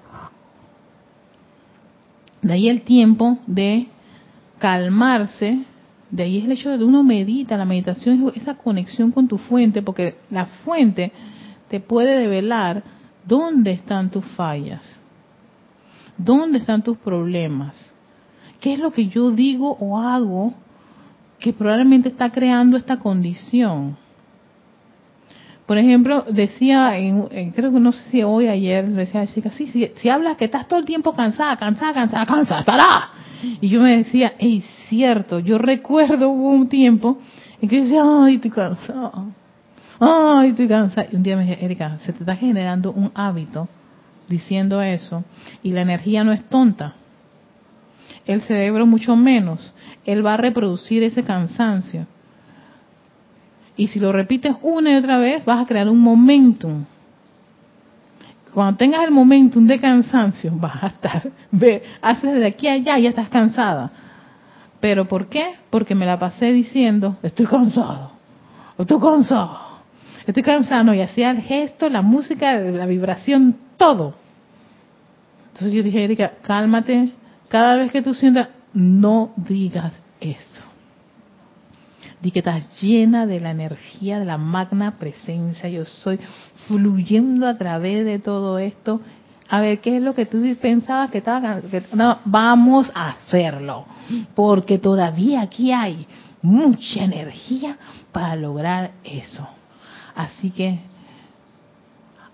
De ahí el tiempo de calmarse, de ahí es el hecho de que uno medita, la meditación es esa conexión con tu fuente, porque la fuente te puede develar dónde están tus fallas, dónde están tus problemas, qué es lo que yo digo o hago que probablemente está creando esta condición. Por ejemplo, decía, en, en, creo que no sé si hoy, ayer, le decía a la chica, sí, si, si hablas que estás todo el tiempo cansada, cansada, cansada, cansada, estará. Y yo me decía, es cierto, yo recuerdo hubo un tiempo en que yo decía, ay, estoy cansada. Ay, estoy cansada. Y un día me dije, Erika, se te está generando un hábito diciendo eso y la energía no es tonta. El cerebro mucho menos. Él va a reproducir ese cansancio. Y si lo repites una y otra vez, vas a crear un momentum. Cuando tengas el momentum de cansancio, vas a estar, ve, haces de aquí a allá y ya estás cansada. ¿Pero por qué? Porque me la pasé diciendo, estoy cansado, estoy cansado. Estoy cansado, y hacía el gesto, la música, la vibración, todo. Entonces yo dije, Erika, cálmate. Cada vez que tú sientas, no digas eso. Di que estás llena de la energía de la magna presencia. Yo soy fluyendo a través de todo esto. A ver, ¿qué es lo que tú pensabas que estaba? Que, no, vamos a hacerlo. Porque todavía aquí hay mucha energía para lograr eso. Así que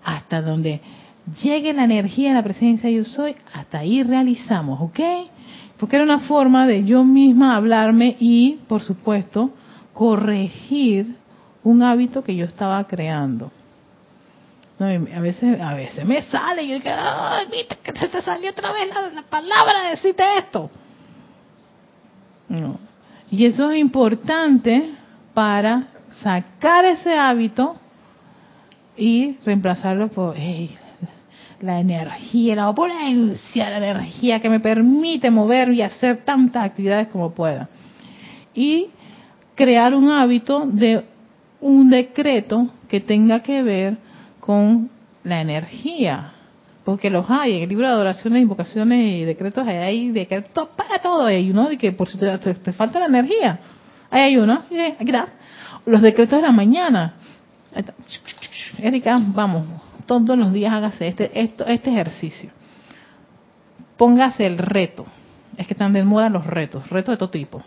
hasta donde llegue la energía de la presencia yo soy, hasta ahí realizamos, ¿ok? Porque era una forma de yo misma hablarme y, por supuesto, corregir un hábito que yo estaba creando. No, a veces a veces me sale y yo digo, ¡ay, viste que se te salió otra vez la, la palabra de decirte esto! No. Y eso es importante para sacar ese hábito y reemplazarlo por hey, la energía, la opulencia, la energía que me permite mover y hacer tantas actividades como pueda. Y crear un hábito de un decreto que tenga que ver con la energía, porque los hay en el libro de adoraciones, invocaciones y decretos, hay decretos para todo, hay uno de que por si te, te, te falta la energía, ahí hay uno, aquí está, los decretos de la mañana. Erika, vamos, todos los días hágase este, esto, este ejercicio, póngase el reto, es que están de moda los retos, retos de todo tipo.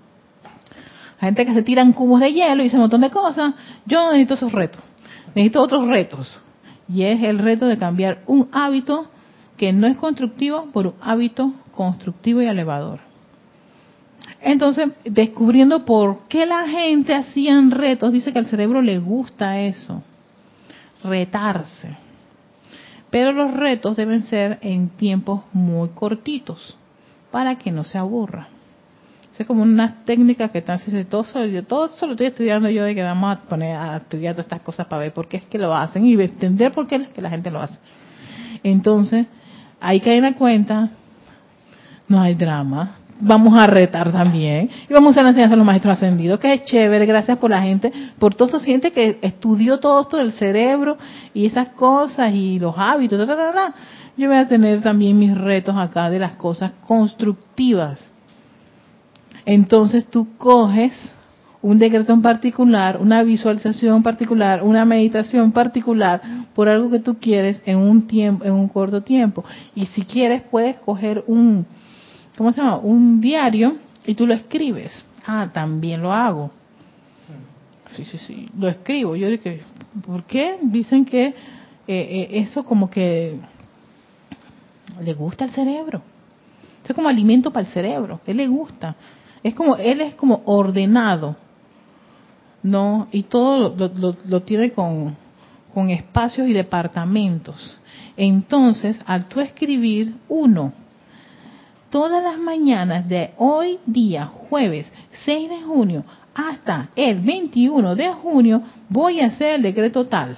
Hay gente que se tiran cubos de hielo y dice un montón de cosas. Yo necesito esos retos. Necesito otros retos. Y es el reto de cambiar un hábito que no es constructivo por un hábito constructivo y elevador. Entonces, descubriendo por qué la gente hacían retos, dice que al cerebro le gusta eso. Retarse. Pero los retos deben ser en tiempos muy cortitos para que no se aburra. Es como una técnica que están haciendo todo eso, todo eso lo estoy estudiando yo, de que vamos a poner a estudiar todas estas cosas para ver por qué es que lo hacen y entender por qué es que la gente lo hace. Entonces, ahí cae en la cuenta, no hay drama, vamos a retar también y vamos a hacer la enseñanza de los maestros ascendidos, que es chévere, gracias por la gente, por toda esta gente que estudió todo esto del cerebro y esas cosas y los hábitos, ta, ta, ta, ta. Yo voy a tener también mis retos acá de las cosas constructivas. Entonces tú coges un decreto en particular, una visualización particular, una meditación particular por algo que tú quieres en un tiempo, en un corto tiempo. Y si quieres puedes coger un, ¿cómo se llama? Un diario y tú lo escribes. Ah, también lo hago. Sí, sí, sí, lo escribo. Yo digo, ¿por qué? Dicen que eh, eh, eso como que le gusta al cerebro. Es como alimento para el cerebro. Él le gusta. Es como, él es como ordenado, ¿no? Y todo lo, lo, lo tiene con, con espacios y departamentos. Entonces, al tú escribir uno, todas las mañanas de hoy día, jueves seis de junio, hasta el veintiuno de junio, voy a hacer el decreto tal.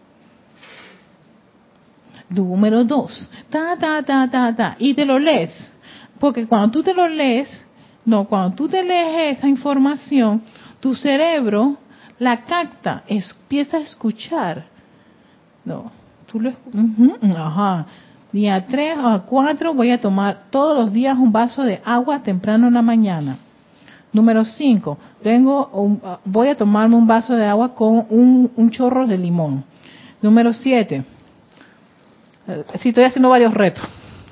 Número dos, ta, ta, ta, ta, ta, y te lo lees. Porque cuando tú te lo lees, no, cuando tú te lees esa información, tu cerebro la capta, empieza a escuchar. No, tú lo uh-huh, ajá. Día tres a cuatro voy a tomar todos los días un vaso de agua temprano en la mañana. Número cinco, tengo un, voy a tomarme un vaso de agua con un, un chorro de limón. Número siete, sí, estoy haciendo varios retos.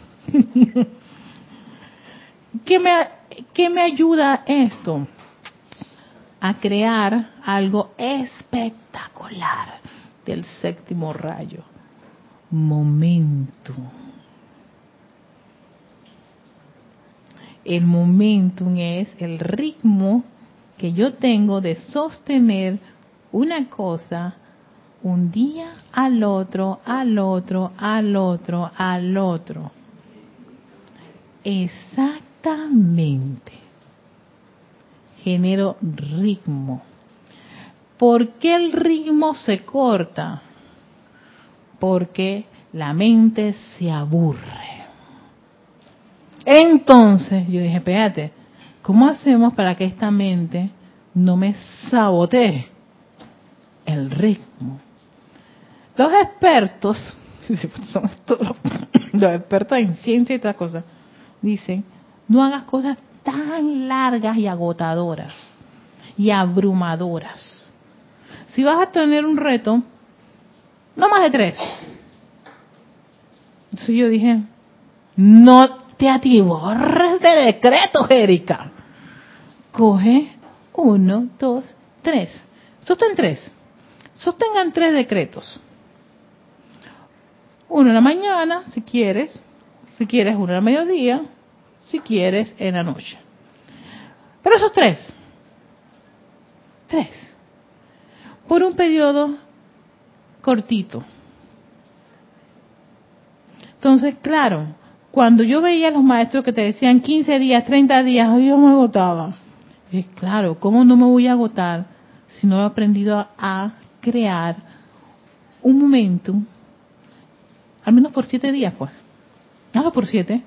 ¿Qué me, ¿Qué me ayuda esto? A crear algo espectacular del séptimo rayo. Momentum. El momentum es el ritmo que yo tengo de sostener una cosa un día al otro, al otro, al otro, al otro. Exactamente. Genero ritmo. ¿Por qué el ritmo se corta? Porque la mente se aburre. Entonces yo dije, espérate, ¿cómo hacemos para que esta mente no me sabotee el ritmo? Los expertos, son todos los expertos en ciencia y estas cosas, dicen, no hagas cosas tan largas y agotadoras y abrumadoras. Si vas a tener un reto, no más de tres. Entonces yo dije, no te atiborres de decretos, Erika. Coge uno, dos, tres. Sostén tres. Sostengan tres decretos. Uno en la mañana, si quieres. Si quieres, uno en el mediodía. Si quieres, en la noche. Pero esos tres. Tres. Por un periodo cortito. Entonces, claro, cuando yo veía a los maestros que te decían quince días, treinta días, yo me agotaba. Y claro, ¿cómo no me voy a agotar si no he aprendido a, a crear un momento, al menos por siete días, pues? Hazlo por siete.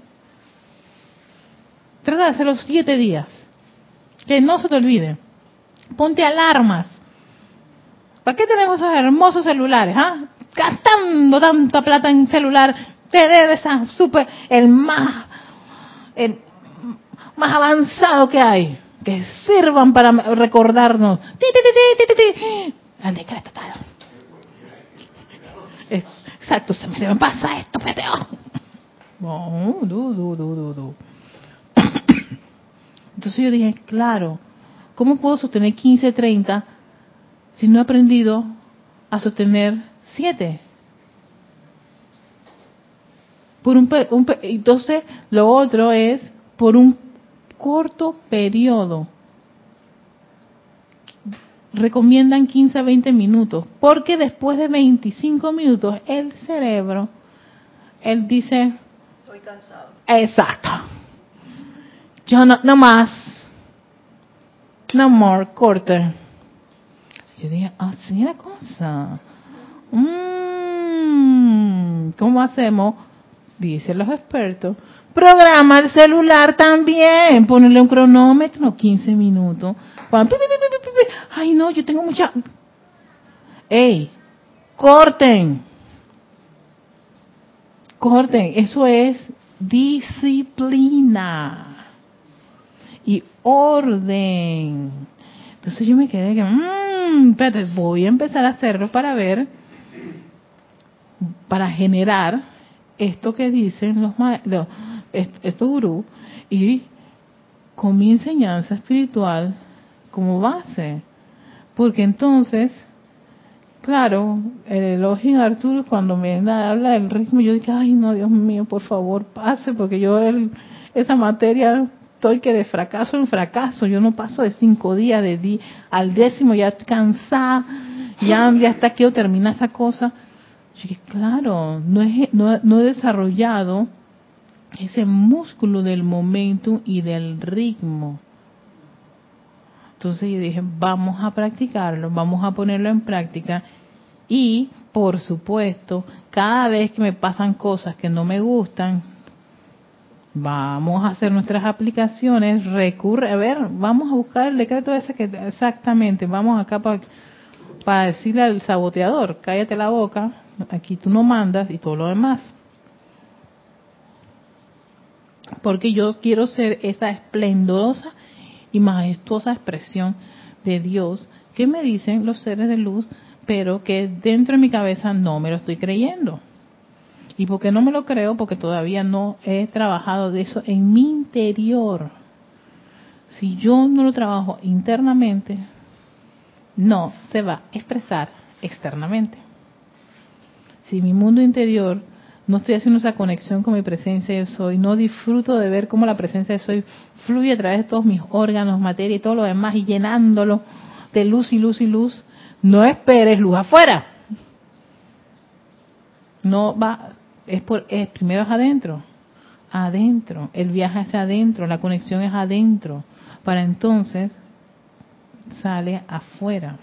Trata de hacerlo siete días. Que no se te olvide. Ponte alarmas. ¿Para qué tenemos esos hermosos celulares? ¿Ah? Gastando tanta plata en celular. Tener esa super, el más, el más avanzado que hay. Que sirvan para recordarnos. Ti, ti, ti, ti, ti, ti. El decreto tal. Es, exacto, se me, se me pasa esto, peteo. No, du, du, du, du, du. Entonces yo dije, claro, ¿cómo puedo sostener quince, treinta si no he aprendido a sostener siete? Por un, un, entonces, lo otro es por un corto periodo. Recomiendan quince a veinte minutos, porque después de veinticinco minutos el cerebro, él dice, Estoy cansado. Exacto. Yo no, no más. No more, corte. Yo dije, así es la cosa. Mm, ¿Cómo hacemos? Dicen los expertos. Programa el celular también. Ponerle un cronómetro, quince minutos. Ay, no, yo tengo mucha... ¡Ey! ¡Corten! Corten. Eso es disciplina y orden. Entonces yo me quedé que, mmm, espérate, voy a empezar a hacerlo para ver, para generar esto que dicen los, los estos gurús y con mi enseñanza espiritual como base. Porque entonces, claro, el elogio de Arturo cuando me habla del ritmo, yo dije, ay no, Dios mío, por favor, pase, porque yo el, esa materia estoy que de fracaso en fracaso, yo no paso de cinco días, de día, al décimo ya cansada, ya, ya hasta quiero terminar esa cosa. Yo dije, claro, no he, no, no he desarrollado ese músculo del momento y del ritmo. Entonces yo dije, vamos a practicarlo, vamos a ponerlo en práctica y, por supuesto, cada vez que me pasan cosas que no me gustan, vamos a hacer nuestras aplicaciones, recurre, a ver, vamos a buscar el decreto ese que exactamente, vamos acá para para decirle al saboteador, cállate la boca, aquí tú no mandas y todo lo demás. Porque yo quiero ser esa esplendorosa y majestuosa expresión de Dios que me dicen los seres de luz, pero que dentro de mi cabeza no me lo estoy creyendo. ¿Y por qué no me lo creo? Porque todavía no he trabajado de eso en mi interior. Si yo no lo trabajo internamente, no se va a expresar externamente. Si mi mundo interior no estoy haciendo esa conexión con mi presencia de soy, no disfruto de ver cómo la presencia de soy fluye a través de todos mis órganos, materia y todo lo demás y llenándolo de luz y luz y luz, no esperes luz afuera. No va, es por, es, primero es adentro, adentro, el viaje es adentro, la conexión es adentro, para entonces sale afuera.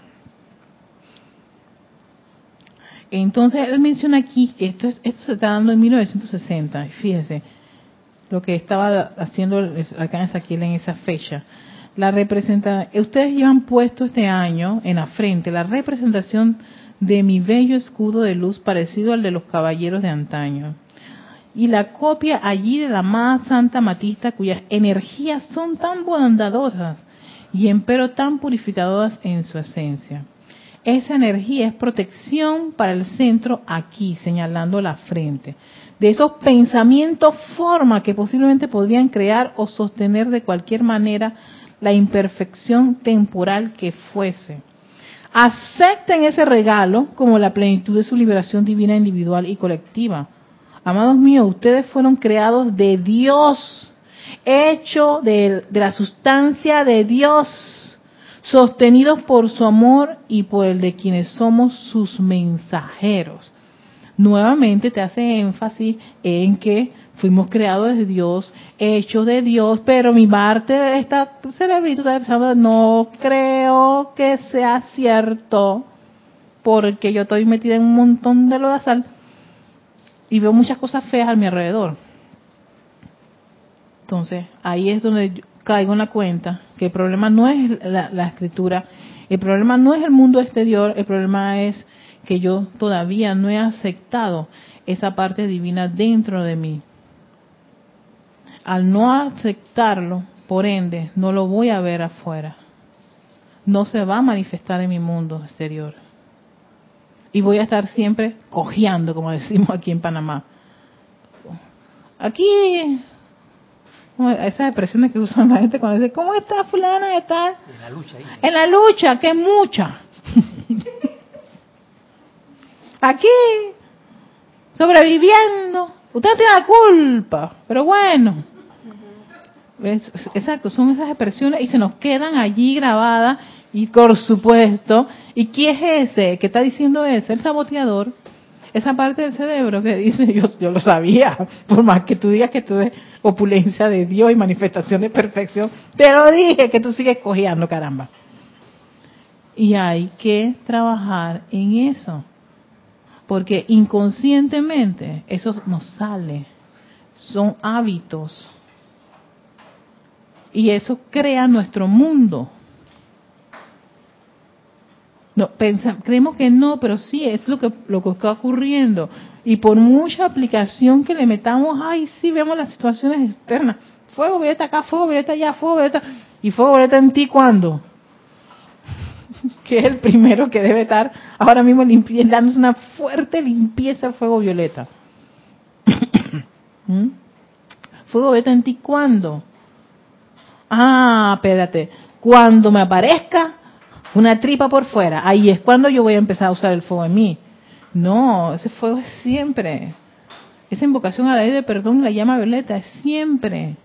Entonces él menciona aquí que esto, es, esto se está dando en mil novecientos sesenta, fíjese lo que estaba haciendo el arcángel Saquiel en esa fecha. La representa, ustedes llevan puesto este año en la frente la representación de mi bello escudo de luz parecido al de los caballeros de antaño. Y la copia allí de la amada Santa Matista, cuyas energías son tan bondadosas y empero tan purificadoras en su esencia. Esa energía es protección para el centro aquí, señalando la frente. De esos pensamientos forma que posiblemente podrían crear o sostener de cualquier manera la imperfección temporal que fuese. Acepten ese regalo como la plenitud de su liberación divina individual y colectiva. Amados míos, ustedes fueron creados de Dios, hecho de, de la sustancia de Dios, sostenidos por su amor y por el de quienes somos sus mensajeros. Nuevamente te hace énfasis en que fuimos creados de Dios, hechos de Dios, pero mi parte está cerebrito está pensando, no creo que sea cierto, porque yo estoy metida en un montón de lodazal y veo muchas cosas feas a mi alrededor. Entonces, ahí es donde yo caigo en la cuenta que el problema no es la, la escritura, el problema no es el mundo exterior, el problema es que yo todavía no he aceptado esa parte divina dentro de mí. Al no aceptarlo, por ende, no lo voy a ver afuera. No se va a manifestar en mi mundo exterior. Y voy a estar siempre cojeando, como decimos aquí en Panamá. Aquí, esas expresiones que usan la gente cuando dice, ¿cómo está fulana? Está en la lucha. Ahí. En la lucha, que es mucha. Aquí, sobreviviendo. Usted no tiene la culpa, pero bueno. Es, exacto, son esas expresiones y se nos quedan allí grabadas y por supuesto, ¿y quién es ese que está diciendo eso? El saboteador, esa parte del cerebro que dice, yo, yo lo sabía, por más que tú digas que tú eres opulencia de Dios y manifestación de perfección, te lo dije que tú sigues cojeando, caramba. Y hay que trabajar en eso, porque inconscientemente eso nos sale, son hábitos. Y eso crea nuestro mundo. No, pensa, creemos que no, pero sí, es lo que, lo que está ocurriendo. Y por mucha aplicación que le metamos, ay, sí, vemos las situaciones externas. Fuego violeta acá, fuego violeta allá, fuego violeta. ¿Y fuego violeta en ti cuándo? Que es el primero que debe estar ahora mismo limpi- dándose una fuerte limpieza al fuego violeta. ¿Mm? ¿Fuego violeta en ti cuándo? Ah, espérate, cuando me aparezca una tripa por fuera, ahí es cuando yo voy a empezar a usar el fuego en mí. No, ese fuego es siempre. Esa invocación a la ley de perdón, la llama violeta, es siempre.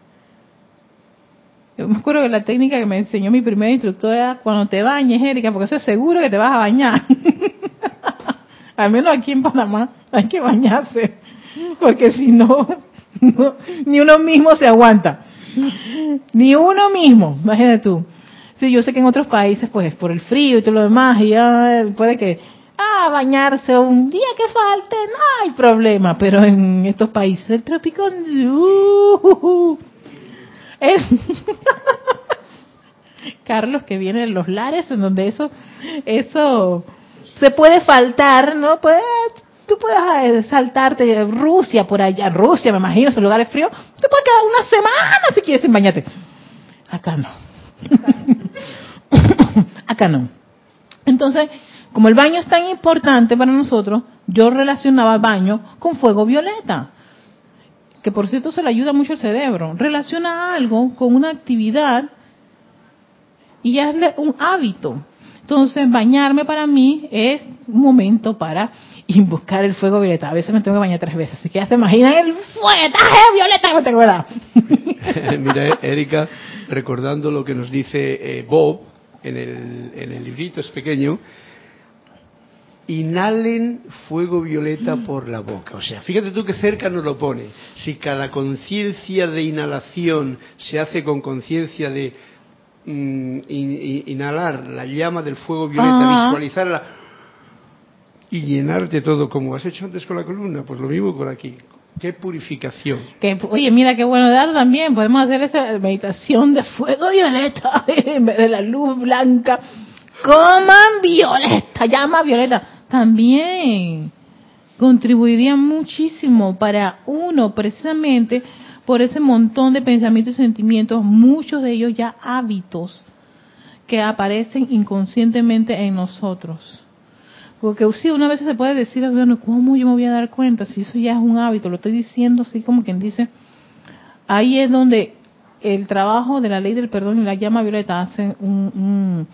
Yo me acuerdo que la técnica que me enseñó mi primer instructor era cuando te bañes, Erika, porque eso es seguro que te vas a bañar. Al menos aquí en Panamá hay que bañarse, porque si no, no ni uno mismo se aguanta. Ni uno mismo, imagínate tú. Sí, yo sé que en otros países, pues, por el frío y todo lo demás, y ya puede que, ah, bañarse un día que falte, no hay problema, pero en estos países del trópico, uh, uh, uh, es Carlos, que viene de los lares en donde eso, eso se puede faltar, ¿no? Pues, tú puedes saltarte Rusia por allá, Rusia, me imagino, esos lugares fríos, te puedes quedar una semana si quieres sin bañarte. Acá no. Acá no. Entonces, como el baño es tan importante para nosotros, yo relacionaba el baño con fuego violeta, que por cierto se le ayuda mucho al cerebro. Relaciona algo con una actividad y ya es un hábito. Entonces, bañarme para mí es un momento para invocar el fuego violeta. A veces me tengo que bañar tres veces, así que ya se imaginan el fuetaje violeta que me tengo que dar. Mira, Erika, recordando lo que nos dice eh, Bob en el, en el librito, es pequeño, inhalen fuego violeta por la boca. O sea, fíjate tú qué cerca nos lo pone. Si cada conciencia de inhalación se hace con conciencia de mm, in, in, inhalar la llama del fuego violeta, ah. visualizarla y llenarte todo como has hecho antes con la columna, pues lo mismo por aquí. ¡Qué purificación! Que, oye, mira qué bueno dato también. Podemos hacer esa meditación de fuego violeta en vez de la luz blanca. Coman violeta, llama violeta. También contribuiría muchísimo para uno, precisamente por ese montón de pensamientos y sentimientos, muchos de ellos ya hábitos que aparecen inconscientemente en nosotros. Porque sí, una vez se puede decir, bueno, ¿cómo yo me voy a dar cuenta? Si eso ya es un hábito, lo estoy diciendo así como quien dice. Ahí es donde el trabajo de la ley del perdón y la llama violeta hacen un, un,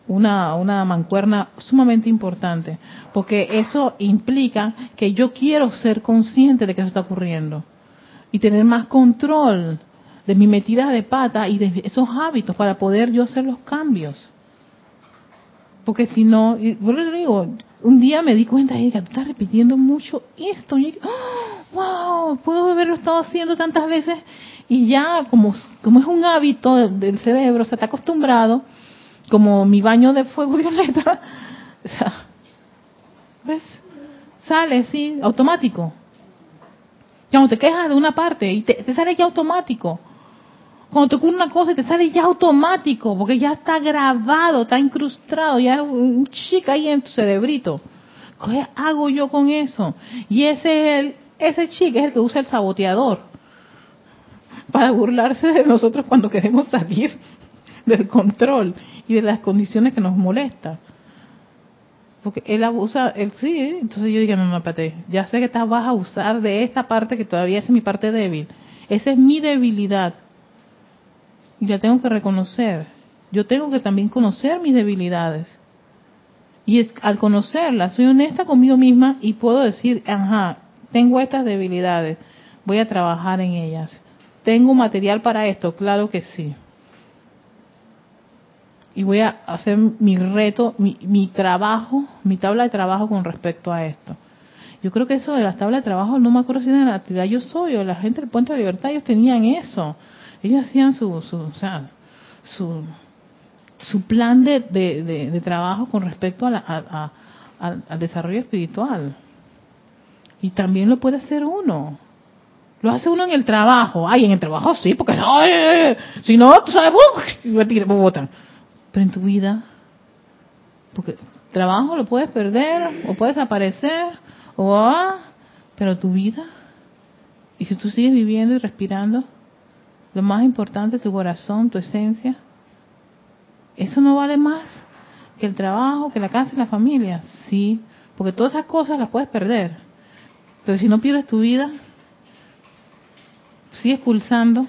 una, una mancuerna sumamente importante, porque eso implica que yo quiero ser consciente de que eso está ocurriendo y tener más control de mi metida de pata y de esos hábitos para poder yo hacer los cambios. Porque si no, y bueno, le digo, un día me di cuenta de que tú estás repitiendo mucho esto. Y, oh, wow, puedo haberlo estado haciendo tantas veces y ya como, como es un hábito del, del cerebro, se está acostumbrado, como mi baño de fuego violeta, o sea, ¿ves? Sale, sí, automático. Cuando te quejas de una parte y te, te sale ya automático. Cuando te ocurre una cosa y te sale ya automático, porque ya está grabado, está incrustado, ya es un chic ahí en tu cerebrito. ¿Qué hago yo con eso? Y ese es el, ese chic es el que usa el saboteador para burlarse de nosotros cuando queremos salir del control y de las condiciones que nos molestan. Porque él abusa, él sí, ¿eh? Entonces yo digo, no, no, espérate, ya sé que estás, vas a usar de esta parte que todavía es mi parte débil. Esa es mi debilidad. Y la tengo que reconocer. Yo tengo que también conocer mis debilidades. Y es, al conocerlas, soy honesta conmigo misma y puedo decir, ajá, tengo estas debilidades, voy a trabajar en ellas. ¿Tengo material para esto? Claro que sí. Y voy a hacer mi reto, mi, mi trabajo, mi tabla de trabajo con respecto a esto. Yo creo que eso de las tablas de trabajo, no me acuerdo si era en la actividad Yo Soy o la gente del Puente de la Libertad, ellos tenían eso. Ellos hacían su, su, o sea, su, su plan de, de, de, de trabajo con respecto a la, a, a, a, al desarrollo espiritual. Y también lo puede hacer uno. Lo hace uno en el trabajo. Ay, en el trabajo sí, porque ay, si no, tú sabes, ¡uh! Y me tiran, me botan. Pero en tu vida, porque trabajo lo puedes perder, o puedes desaparecer, o ah, pero tu vida, y si tú sigues viviendo y respirando, lo más importante, tu corazón, tu esencia, eso no vale más que el trabajo, que la casa y la familia. Sí, porque todas esas cosas las puedes perder. Pero si no pierdes tu vida, sigues pulsando.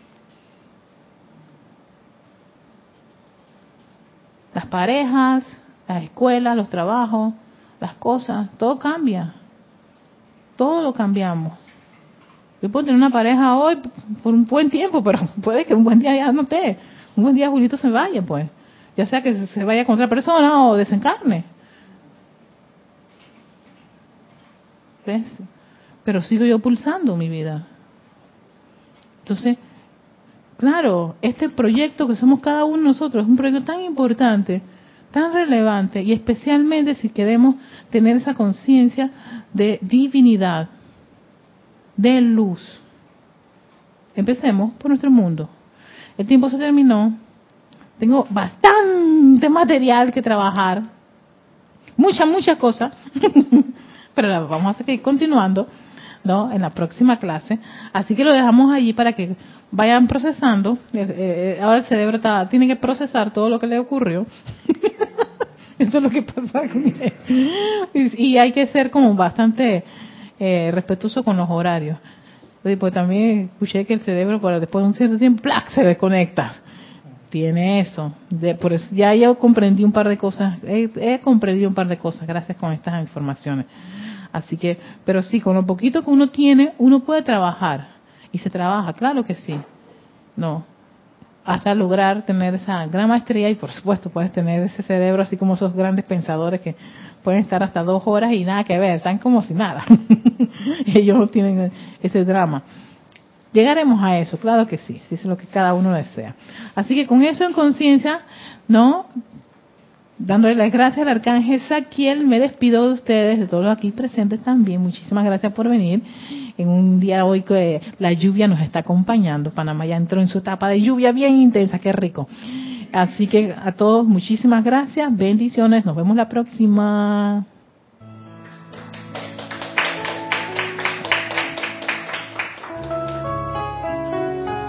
Las parejas, las escuelas, los trabajos, las cosas, todo cambia. Todo lo cambiamos. Yo puedo tener una pareja hoy por un buen tiempo, pero puede que un buen día ya no esté. Un buen día Julito se vaya, pues. Ya sea que se vaya con otra persona o desencarne. ¿Ves? Pero sigo yo pulsando mi vida. Entonces, claro, este proyecto que somos cada uno de nosotros es un proyecto tan importante, tan relevante, y especialmente si queremos tener esa conciencia de divinidad, de luz. Empecemos por nuestro mundo. El tiempo se terminó. Tengo bastante material que trabajar. Muchas, muchas cosas. Pero la vamos a seguir continuando, ¿no? En la próxima clase. Así que lo dejamos allí para que vayan procesando. Eh, eh, ahora el cerebro está, tiene que procesar todo lo que le ocurrió. Eso es lo que pasa con él. Y, y hay que ser como bastante eh, respetuoso con los horarios. Pues también escuché que el cerebro, por después de un cierto tiempo, ¡plac!, se desconecta. Tiene eso. De, por eso ya yo comprendí un par de cosas. He, he comprendido un par de cosas gracias con estas informaciones. Así que, pero sí, con lo poquito que uno tiene, uno puede trabajar. Y se trabaja, claro que sí. No. Hasta lograr tener esa gran maestría y, por supuesto, puedes tener ese cerebro así como esos grandes pensadores que pueden estar hasta dos horas y nada que ver, están como si nada. Ellos no tienen ese drama. Llegaremos a eso, claro que sí, si es lo que cada uno desea. Así que con eso en conciencia, ¿no? Dándole las gracias al Arcángel Saquiel, me despido de ustedes, de todos los aquí presentes también. Muchísimas gracias por venir. En un día hoy que la lluvia nos está acompañando. Panamá ya entró en su etapa de lluvia bien intensa, qué rico. Así que a todos muchísimas gracias, bendiciones, nos vemos la próxima.